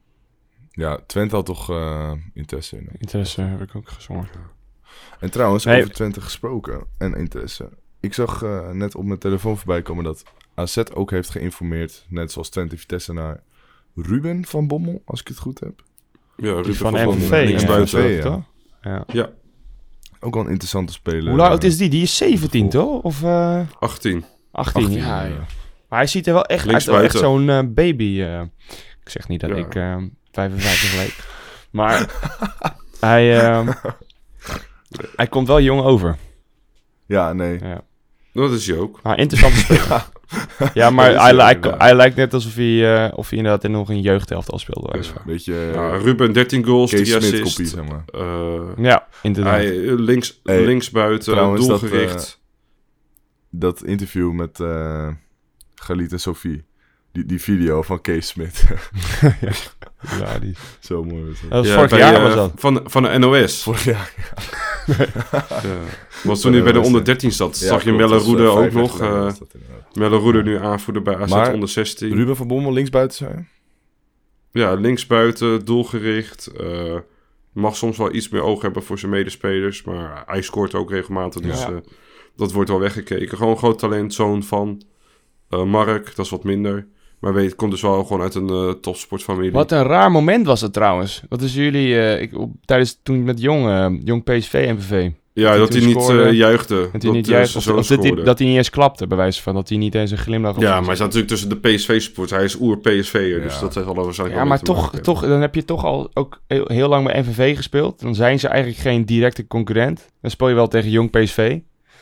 Ja, Twente had toch uh, interesse in. Interesse heb ik ook gezongen. En trouwens, Nee. over Twente gesproken en interesse. Ik zag uh, net op mijn telefoon voorbij komen dat A Z ook heeft geïnformeerd, net zoals Twente Vitesse, naar Ruben van Bommel, als ik het goed heb. Ja, Ruben Die van Bommel, M V V. linksbuiten. M V V, ja. toch? Ja. Ja, Ook wel een interessante speler. Hoe oud Uh, is die? Die is zeventien, toch? Of uh, achttien. achttien? achttien, Ja, ja. ja. Maar hij ziet er wel echt uit. Linksbuiten. Echt zo'n uh, baby. Uh, ik zeg niet dat Ja. ik uh, vijfenvijftig leek. Maar hij, uh, hij komt wel jong over. Ja, nee. Ja. Dat is hij ook. Maar interessante speler. Ja, maar Dat is hij, hij lijkt, inderdaad. hij lijkt net alsof hij, uh, of hij inderdaad nog een jeugdhelftal speelde. Ja, Een beetje uh, Ja, Ruben dertien goals, Kees drie Smit assists. kopie, zeg maar. Uh, ja inderdaad. hij, links, Hey, linksbuiten, trouwens, dat, doelgericht. Dat interview met uh, Galit en Sophie. Die, die video van Kees Smit. ja, die... Zo mooi was dat. Dat was Ja, vorig bij, jaar uh, was dat. Van, van de N O S. Vorig jaar. Ja. Want toen hij bij de onder dertien zat, Ja, zag je klopt, Melle dat is, Roede uh, ook vijf jaar nog. geleden Uh, was dat inderdaad. Melle Roede nu aanvoerder bij A Z Maar onder zestien. Ruben van Bommel linksbuiten zei je? Ja, linksbuiten, doelgericht. Uh, mag soms wel iets meer oog hebben voor zijn medespelers. Maar hij scoort ook regelmatig. Dus Ja. uh, dat wordt wel weggekeken. Gewoon groot talent, zoon van uh, Mark. Dat is wat minder. Maar weet, komt dus wel gewoon uit een uh, topsportfamilie. Wat een raar moment was het trouwens. Wat is jullie, uh, ik, op, tijdens toen met Jong, uh, Jong P S V, M V V. Ja, hij dat hij toen niet scoorde. uh, juichte. Dat hij niet uh, juist, zijn of, zoon of dat, hij, scoorde. dat hij niet eens klapte, bij wijze van. Dat hij niet eens een glimlach op Ja, zijn maar hij staat natuurlijk tussen de P S V-support. Hij is oer-P S V'er, dus Ja. dat heeft al waarschijnlijk Ja, wel maar mee te toch, maken. toch, dan heb je toch al ook heel, heel lang bij M V V gespeeld. Dan zijn ze eigenlijk geen directe concurrent. Dan speel je wel tegen Jong P S V.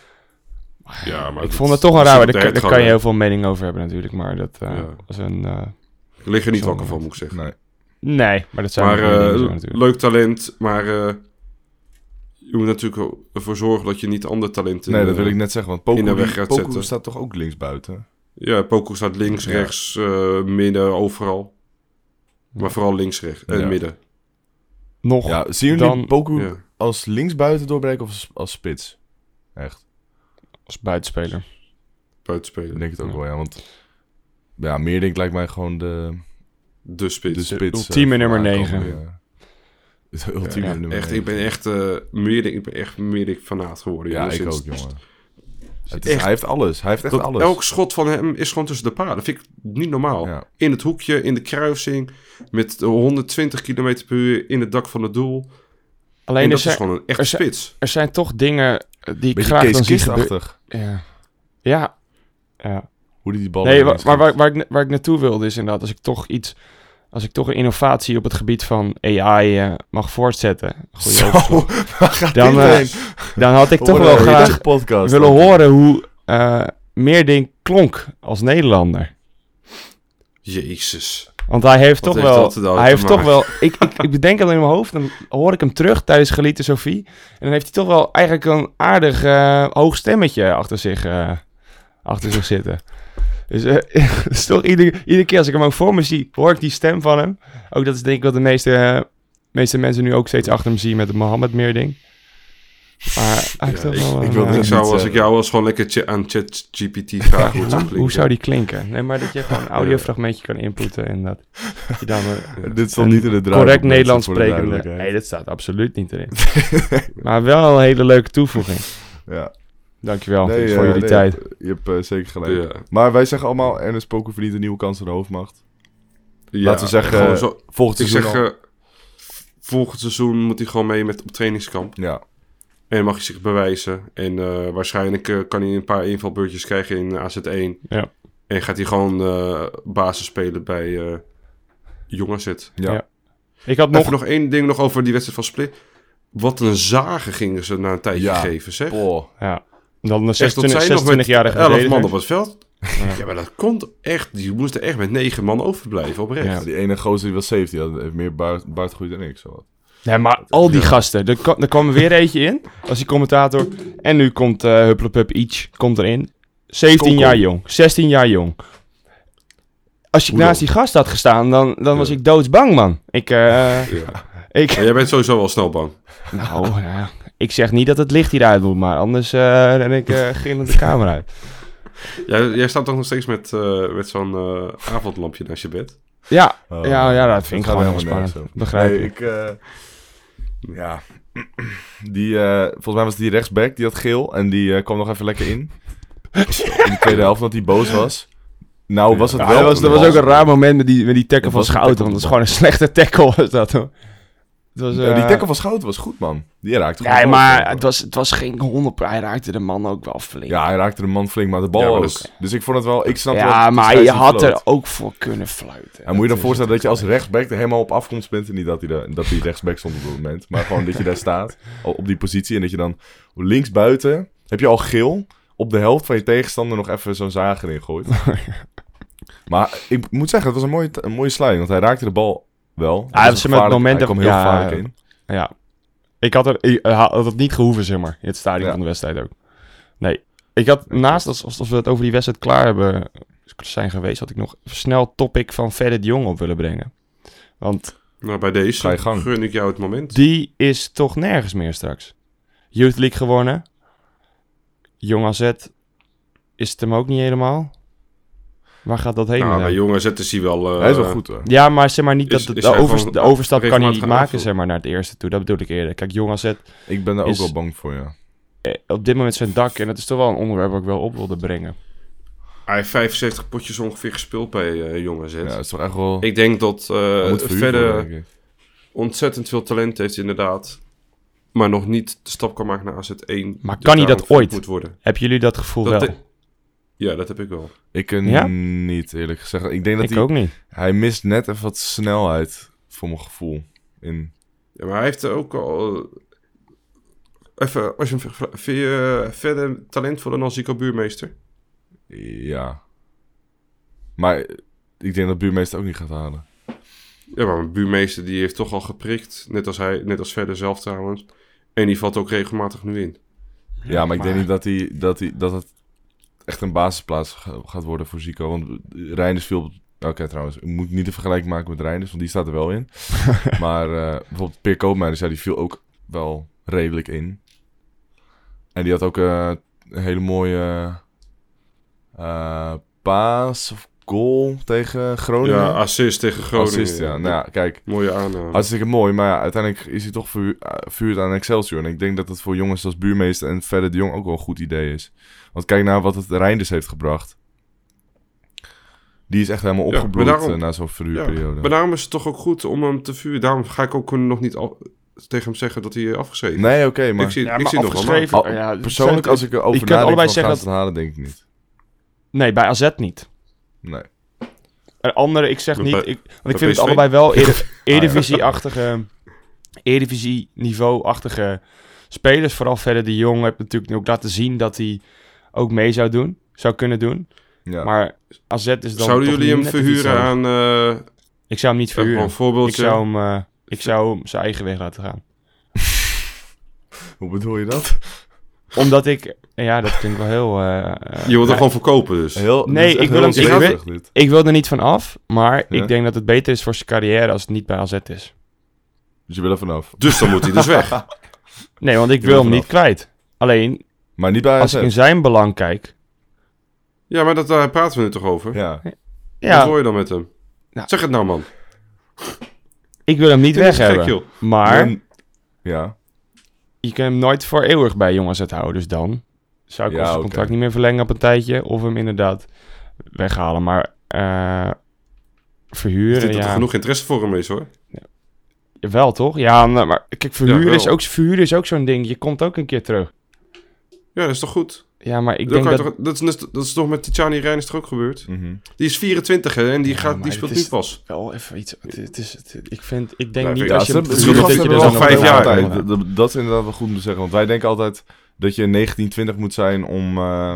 Ja, maar Ik dat- vond het toch een dat raar. zit Daar op de kan, daar kan hertgang, je hè. heel veel mening over hebben natuurlijk. Maar dat uh, Ja. was een... uh, Ik lig er niet Zo wakker van, moment. moet ik zeggen. Nee. nee, maar dat zijn Maar wel dingen uh, zo natuurlijk. leuk talent, maar uh, je moet natuurlijk ervoor zorgen dat je niet andere talenten... Nee, dat uh, wil ik net zeggen. Want Poku, in de weg die- gaat Poku zetten. staat toch ook linksbuiten? Ja, Poku staat links, Ja. rechts, uh, midden, overal. Maar vooral links, rechts en Ja. midden. Nog Ja, zien jullie dan Poku Ja. als linksbuiten doorbreken of als, als spits? Echt, als buitenspeler. Buitenspelen. ik denk het ook Ja. wel, ja. Want ja, Meerdink lijkt mij gewoon de, De spits. de spits. ultieme eh, nummer voor negen. aankomende jaren. De ultieme Ja, nummer echt, negen. ik ben echt uh, Meerdink, ik ben echt Meerdink fanaat geworden. Ja, jongen, ik sinds- ook, jongen. Het is, echt- hij heeft alles. Hij heeft echt Dat alles. elk schot van hem is gewoon tussen de palen. Dat vind ik niet normaal. Ja. In het hoekje, in de kruising, met honderdtwintig kilometer per uur in het dak van het doel. Alleen en er dat zijn, is gewoon een echte er zijn- spits. er zijn toch dingen die ik Beetje graag Kees dan zie gebeuren. Kiestachtig. Ja. Ja. Ja. Hoe die die bal... Nee, erin maar waar, schiet. waar, ik, waar ik naartoe wilde is inderdaad, als ik toch iets... Als ik toch een innovatie op het gebied van A I uh, mag voortzetten... Goeie Zo, overslag, waar gaat dan, dit uh, heen? dan had ik toch Hoor, wel uh, graag deze podcast, willen dan. horen hoe uh, Meerdink klonk als Nederlander. Jezus. Want hij heeft Wat toch heeft wel... dat er nou Hij te heeft toch maken? wel... Ik, ik, ik bedenk het in mijn hoofd, dan hoor ik hem terug tijdens Gelieten Sophie. En dan heeft hij toch wel eigenlijk een aardig uh, hoog stemmetje achter zich, uh, achter zich zitten. Dus uh, is toch iedere, iedere keer als ik hem ook voor me zie, hoor ik die stem van hem. Ook dat is denk ik wat de meeste, uh, meeste mensen nu ook steeds achter hem zien met het Mohammed Meerding. Maar hij heeft Ja, toch ik- wel ik een, wilde uh, Ik niet zou, als zeggen. ik jou was, gewoon lekker ch- aan ChatGPT vragen hoe het zou hoe, klinken. hoe zou die klinken? Nee, maar dat je gewoon een audiofragmentje kan inputten en dat je dan... Uh, Dit stond niet in de draai. correct Nederlands sprekende. Nee, dat staat absoluut niet erin. Maar wel een hele leuke toevoeging. Ja. Dankjewel Nee, voor eh, jullie nee, tijd. Je hebt uh, zeker gelijk. Ja. Maar wij zeggen allemaal, Ernest Poker verdient een nieuwe kans aan de hoofdmacht. Ja, Laten we zeggen, gewoon zo, volgend ik seizoen zeg, al. uh, volgend seizoen moet hij gewoon mee met op trainingskamp. Ja, En mag hij zich bewijzen. En uh, waarschijnlijk uh, kan hij een paar invalbeurtjes krijgen in A Z één. Ja. En gaat hij gewoon uh, basis spelen bij uh, Jong A Z. ja. Ja. Ik had Nog, nog... nog één ding nog over die wedstrijd van Split. Wat een zagen gingen ze na een tijdje Ja. geven, zeg. Oh, Ja. Dan een Echt, dat zesentwintig, zijn nog met zesentwintig-jarige elf man verdediger. op het veld. Ja. maar dat komt echt... Die moesten echt met negen man overblijven, oprecht. Ja. die ene gozer die was zeventien, die had- heeft meer buit- buitengoed dan ik. Zo. Nee, maar al die gasten. Er, kwa- er kwam er weer eentje in. Als die commentator. En nu komt uh, Hupplepup Each komt erin. zeventien Kokkel. jaar jong. zestien jaar jong. Als ik Hoe naast dan? die gast had gestaan, dan, dan was ik doodsbang, man. Ik, uh, Ja. ik, Maar jij bent sowieso wel snel bang. nou, ja, ik zeg niet dat het licht hieruit moet, maar anders uh, ren ik uh, gillend de kamer uit. Jij, jij staat toch nog steeds met, uh, met zo'n uh, avondlampje naast je bed? Ja, Oh, ja, ja, dat vind ik gaat gewoon heel helemaal spannend. nergens over. Begrijp Nee, je. ik... eh, ja. Die, eh, volgens mij was die rechtsback, die had geel. En die eh, kwam nog even lekker in. In de tweede helft, omdat hij boos was. Nou, was het Ja, wel... dat was, dat was ook een raar moment met die, met die tackle Dat van was een Schouten. tackle Want dat is van gewoon een slechte tackle, was dat hoor. Het was, Ja, die uh, tackle van Schouten was goed, man. Die raakte gewoon Ja, de maar bal. het was, het was geen honderd. Hij raakte de man ook wel flink. Ja, hij raakte de man flink, maar de bal Ja, maar ook. dat is- Dus ik vond het wel... Ik snap wel Ja, dat de maar je scheidsrechter had er floot. ook voor kunnen fluiten. En moet je dan Dat is voorstellen dat je als het. rechtsback er helemaal op afkomst bent. En niet dat hij, de, dat hij rechtsback stond op dat moment. Maar gewoon dat je daar staat, al op die positie. En dat je dan links buiten, heb je al geel, op de helft van je tegenstander nog even zo'n zaag erin gooit. Maar ik moet zeggen, het was een mooie, een mooie sliding. Want hij raakte de bal wel. Ja, Hij dat is met het moment Hij kwam heel ja, gevaarlijk in. Ja. Ik had, er, ik had het niet gehoeven, zeg maar. In het stadion Ja. van de wedstrijd ook. Nee. Ik had naast, als, als we het over die wedstrijd klaar hebben zijn geweest, had ik nog snel topic van Fedde de Jong op willen brengen. Want Nou, bij Ga je deze gang. gun ik jou het moment. die is toch nergens meer straks. Youth League gewonnen. Jong A Z is het hem ook niet helemaal. Waar gaat dat heen? Nou, met bij hem? Jong A Z is hij wel... uh, Hij is wel goed hoor. Ja, maar zeg maar niet dat Is- de, is de, hij overs- gewoon de overstap kan hij niet regelmatig maken, aanvullen? zeg maar, naar het eerste toe. Dat bedoel ik eerder. Kijk, Jong A Z Ik ben daar ook Is- wel bang voor, ja. eh, op dit moment zijn dak. En dat is toch wel een onderwerp wat ik wel op wilde brengen. Hij heeft vijfenzeventig potjes ongeveer gespeeld bij uh, Jong A Z. Ja, dat is toch echt wel... Ik denk dat uh, Hij moet verhuurd verder worden, denk ik. ontzettend veel talent heeft inderdaad. Maar nog niet de stap kan maken naar A Z één. Maar Dus kan hij daarom dat ooit? Moet worden. Hebben jullie dat gevoel Dat wel? de- Ja, dat heb ik wel. Ik uh, Ja? niet, eerlijk gezegd. Ik denk dat Ik hij... ook niet. Hij mist net even wat snelheid, voor mijn gevoel. In... Ja, maar hij heeft er ook al... uh, Even, als je hem v- vind je uh, verder talentvoller dan Zico Buurmeester? Ja. Maar ik denk dat Buurmeester ook niet gaat halen. Ja, maar mijn Buurmeester die heeft toch al geprikt. Net als hij, net als verder zelf trouwens. En die valt ook regelmatig nu in. Ja, maar ik denk maar- niet dat, hij, dat, hij, dat het echt een basisplaats ga- gaat worden voor Zico. Want Reinders viel... Oké, trouwens, ik moet niet de vergelijking maken met Reinders, want die staat er wel in. maar uh, bijvoorbeeld Peer Koopmeiners, ja, die viel ook wel redelijk in. En die had ook uh, een hele mooie uh, paas of goal tegen Groningen. Ja, assist tegen Groningen. Assist, ja. Nou ja, kijk, Mooie aanname. hartstikke mooi. Maar ja, uiteindelijk is hij toch verhu- uh, verhuurd aan Excelsior. En ik denk dat het voor jongens als Buurmeester en Fedde de Jong ook wel een goed idee is. Want kijk naar wat het Reinders heeft gebracht. Die is echt helemaal Ja, opgebloeid maar daarom- uh, na zo'n Ja, verhuurperiode. maar daarom is het toch ook goed om hem te vuren. Daarom ga ik ook nog niet al, tegen hem zeggen dat hij uh, afgeschreven is. Nee, oké, maar... ik zie, Ja, ik maar zie het nog wel. afgeschreven- Al- ja, persoonlijk, het- als ik erover je kunt nadenk allebei van zeggen gaan ze het halen, denk ik niet. Nee, bij A Z niet. Nee. Een andere, ik zeg Bij- niet... Ik, want ik bij vind P S V? het allebei wel Ere- Eredivisie-achtige... Eredivisie-niveau-achtige spelers. Vooral verder de Jong heeft natuurlijk ook laten zien dat hij ook mee zou doen. Zou kunnen doen. Ja. Maar A Z is dan Zouden toch jullie hem net iets verhuren anders. aan... eh Ik zou hem niet Gewoon verhuren. een voorbeeldje. Ik zou hem, uh, ik zou hem zijn eigen weg laten gaan. Hoe bedoel je dat? Omdat ik... Ja, dat klinkt wel heel... Uh, uh, je wilt hem nou, gewoon verkopen dus. Heel, Nee, dit is echt ik wil heel hem- ik zweverig, weet- dit. Ik wil er niet van af, maar Ja? ik denk dat het beter is voor zijn carrière als het niet bij A Z is. Dus je wil er vanaf. Dus dan moet hij dus weg. Nee, want ik Je wil wil hem niet vanaf. kwijt. Alleen, Maar niet bij als A Z. ik in zijn belang kijk... Ja, maar dat, daar praten we nu toch over? Ja. Wat Ja, wil je dan met hem? Nou. Zeg het nou, man. ik wil hem niet Dit weg is gek, hebben. joh. Maar En- ja. je kan hem nooit voor eeuwig bij Jong A Z houden. Dus dan zou ik Ja, of zijn oké. contract niet meer verlengen op een tijdje... of hem inderdaad weghalen. Maar eh Er verhuren, zit er ja... genoeg interesse voor hem is, hoor. Wel, toch? Ja, nou, maar kijk, verhuren, wel. is ook, verhuren is ook zo'n ding. Je komt ook een keer terug. Ja, dat is toch goed? Ja, maar ik Dan denk kan dat... je toch, dat, is, net- dat is toch met Tijani Reijns toch ook gebeurd? Mhm. Die is vierentwintig, hè, en die, Ja, gaat, maar die speelt het is- nu pas. Wel even iets... Het, het is, het, ik vind... Ik denk Ja, niet ja, als je... ze hem hebben- het die is verhuurt, nog- gasten dat je hebben er wel vijf dan nog jaar, wel tijd. tijd. Dat, dat- dat is inderdaad wel goed om te zeggen. Want wij denken altijd dat je negentien, twintig moet zijn om, eh,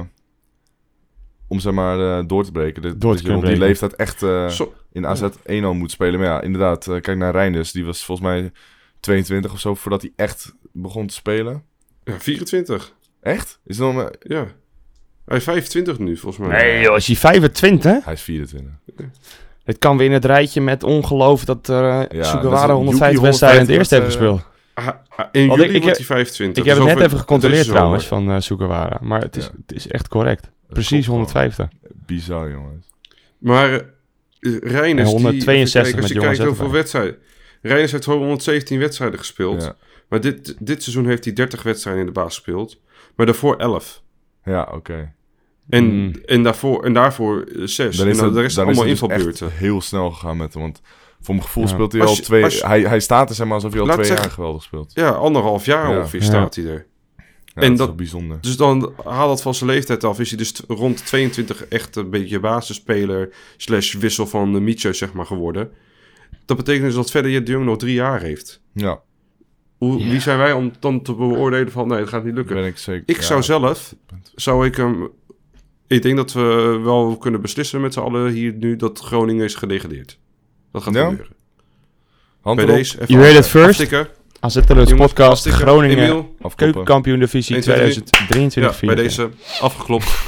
om zeg maar, eh, door te breken. Dat, Door te dat je kunnen op die breken. leeftijd echt eh, Zo, in A Z één al moet spelen. Maar ja, inderdaad. eh, kijk naar Reinders. Die was volgens mij tweeëntwintig of zo voordat hij echt begon te spelen. ja, vierentwintig. Echt? Is het dan, eh, Ja. Hij is vijfentwintig nu, volgens mij. Nee joh, is hij vijfentwintig? hij is vierentwintig. Het kan weer in het rijtje met ongeloof dat er uh, dat is Sugawara een honderdvijftig Yuki wedstrijden in het eerste heeft wedstrijden. gespeeld. Ah, ah, in Want juli ik- ik wordt heb- hij vijfentwintig. Ik heb het Dus net over even gecontroleerd deze zomer. trouwens van uh, Sugawara. Maar het is, Ja. het is echt correct. Precies klopt honderdvijftig. Bizar, jongens. Maar uh, Reijners, En die, honderdtweeënzestig even kijken, als je met kijkt Jong A Z hoeveel erbij. wedstrijden. Reijners heeft gewoon honderdzeventien wedstrijden gespeeld. Ja, Maar dit, dit seizoen heeft hij dertig wedstrijden in de baas gespeeld. Maar daarvoor elf. ja oké. En, Mm. en, daarvoor, en daarvoor uh, zes. Dan En is dan het, de rest dan is allemaal het dus invalbeurten. echt heel snel gegaan met hem. Want voor mijn gevoel Ja. speelt hij Als al je- twee... als je- hij, hij staat er zeg maar alsof hij al Laat twee zeggen- jaar geweldig speelt. Ja, anderhalf jaar Ja. ongeveer Ja. staat hij er. Ja, En dat, dat- is wel bijzonder. Dus dan haal dat van zijn leeftijd af. Is hij dus t- rond tweeëntwintig echt een beetje basisspeler... slash wissel van de Mietje, zeg maar, geworden. Dat betekent dus dat verder de Jong nog drie jaar heeft. Ja, Hoe, Ja. Wie zijn wij om dan te beoordelen van... nee, het gaat niet daar lukken. ben ik zeker. Ik ja, zou zelf... punt. zou ik hem... Ik denk dat we wel kunnen beslissen met z'n allen hier nu... dat Groningen is gedegradeerd. Dat gaat Ja? gebeuren. Hand Bij erop, deze even You heard it first. aftikken. A Z Alerts Jongens, podcast aftikken. Groningen Emiel, afkoppen. Keukenkampioen divisie één, twee, drie. tweeduizend drieëntwintig ja, bij deze afgeklopt.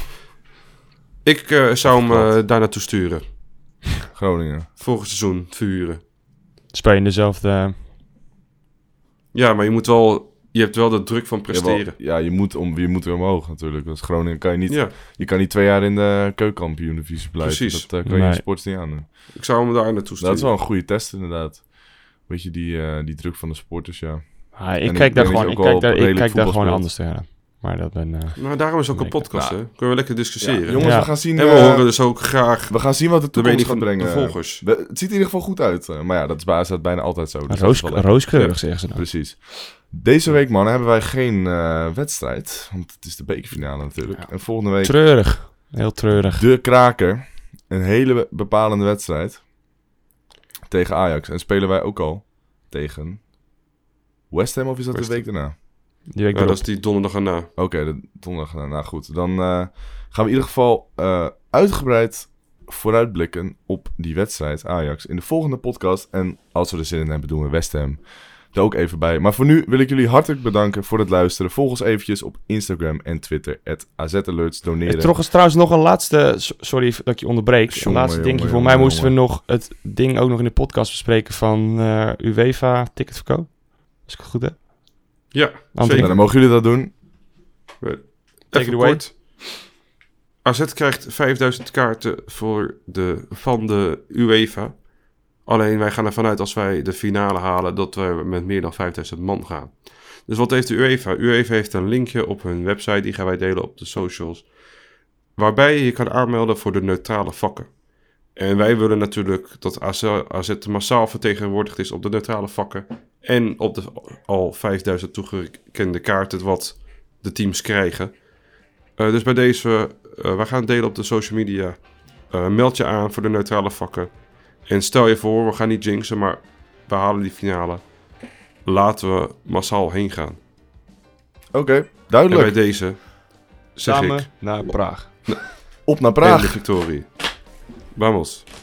Ik eh, zou hem Afgeklopt. eh, daar naartoe sturen. Groningen. Volgend seizoen verhuren. Speel je in dezelfde... Ja, maar je moet wel... Je hebt wel de druk van presteren. Ja, wel- ja, je moet, om, je moet weer omhoog natuurlijk. Dus Groningen kan je niet... Ja, Je kan niet twee jaar in de keukenkampioen-divisie blijven. Precies. Dat eh, kan je Nee. in sport niet aan doen. ik zou hem daar naartoe sturen. Dat is wel een goede test inderdaad. Weet je, die, eh, die druk van de sporters, ja. Ah, ik ik kijk daar denk dat gewoon, je ik ook kijk wel daar, ik redelijk kijk daar voetbal gewoon speelt. anders tegen. Maar dat ben... eh, Nou, daarom is het ook een Nee, podcast, nou. hè. Kunnen we lekker discussiëren. Ja, jongens, Ja. we gaan zien... en we eh, horen dus ook graag we gaan zien wat de de toekomst mening gaat van de brengen. volgers. We- het ziet er in ieder geval goed uit. eh, Maar ja, dat is bij A Z bijna altijd zo. Dus dat roos, is wel lekker. rooskleurig, zeggen ze dan. Precies. Deze week, man, hebben wij geen eh, wedstrijd. Want het is de bekerfinale natuurlijk. Ja. En volgende week Treurig. Heel treurig. de kraker. Een hele bepalende wedstrijd. Tegen Ajax. En spelen wij ook al tegen West Ham, of is dat West de week daarna? Die week Ja, erop. dat is die donderdag erna. Oké, de donderdag. Nou, nou goed. Dan eh, gaan we in ieder geval eh, uitgebreid vooruitblikken op die wedstrijd Ajax in de volgende podcast. En als we er zin in hebben, doen we West Ham er ook even bij. Maar voor nu wil ik jullie hartelijk bedanken voor het luisteren. Volg ons eventjes op Instagram en Twitter. at A Z Alerts. Doneren. Er is trouwens nog een laatste... so- Sorry dat ik je onderbreek. Een Jongen, laatste jongen, dingje. Voor jongen, mij moesten we jongen. nog het ding ook nog in de podcast bespreken van eh UEFA ticketverkoop. Als ik het goed heb. Ja, André. Nou, zeker. dan mogen jullie dat doen. Take Even it away. kort. A Z krijgt vijfduizend kaarten voor de, van de UEFA. Alleen wij gaan ervan uit als wij de finale halen dat we met meer dan vijfduizend man gaan. Dus wat heeft de UEFA? UEFA heeft een linkje op hun website, die gaan wij delen op de socials. Waarbij je je kan aanmelden voor de neutrale vakken. En wij willen natuurlijk dat A Z, A Z massaal vertegenwoordigd is op de neutrale vakken. En op de al vijfduizend toegekende kaarten wat de teams krijgen. Uh, dus bij deze Uh, wij gaan het delen op de social media. Uh, meld je aan voor de neutrale vakken. En stel je voor, we gaan niet jinxen, maar we halen die finale. Laten we massaal heen gaan. Oké, okay, duidelijk. En bij deze zeg Samen ik... naar Praag. Op naar Praag. En de victorie. Vamos.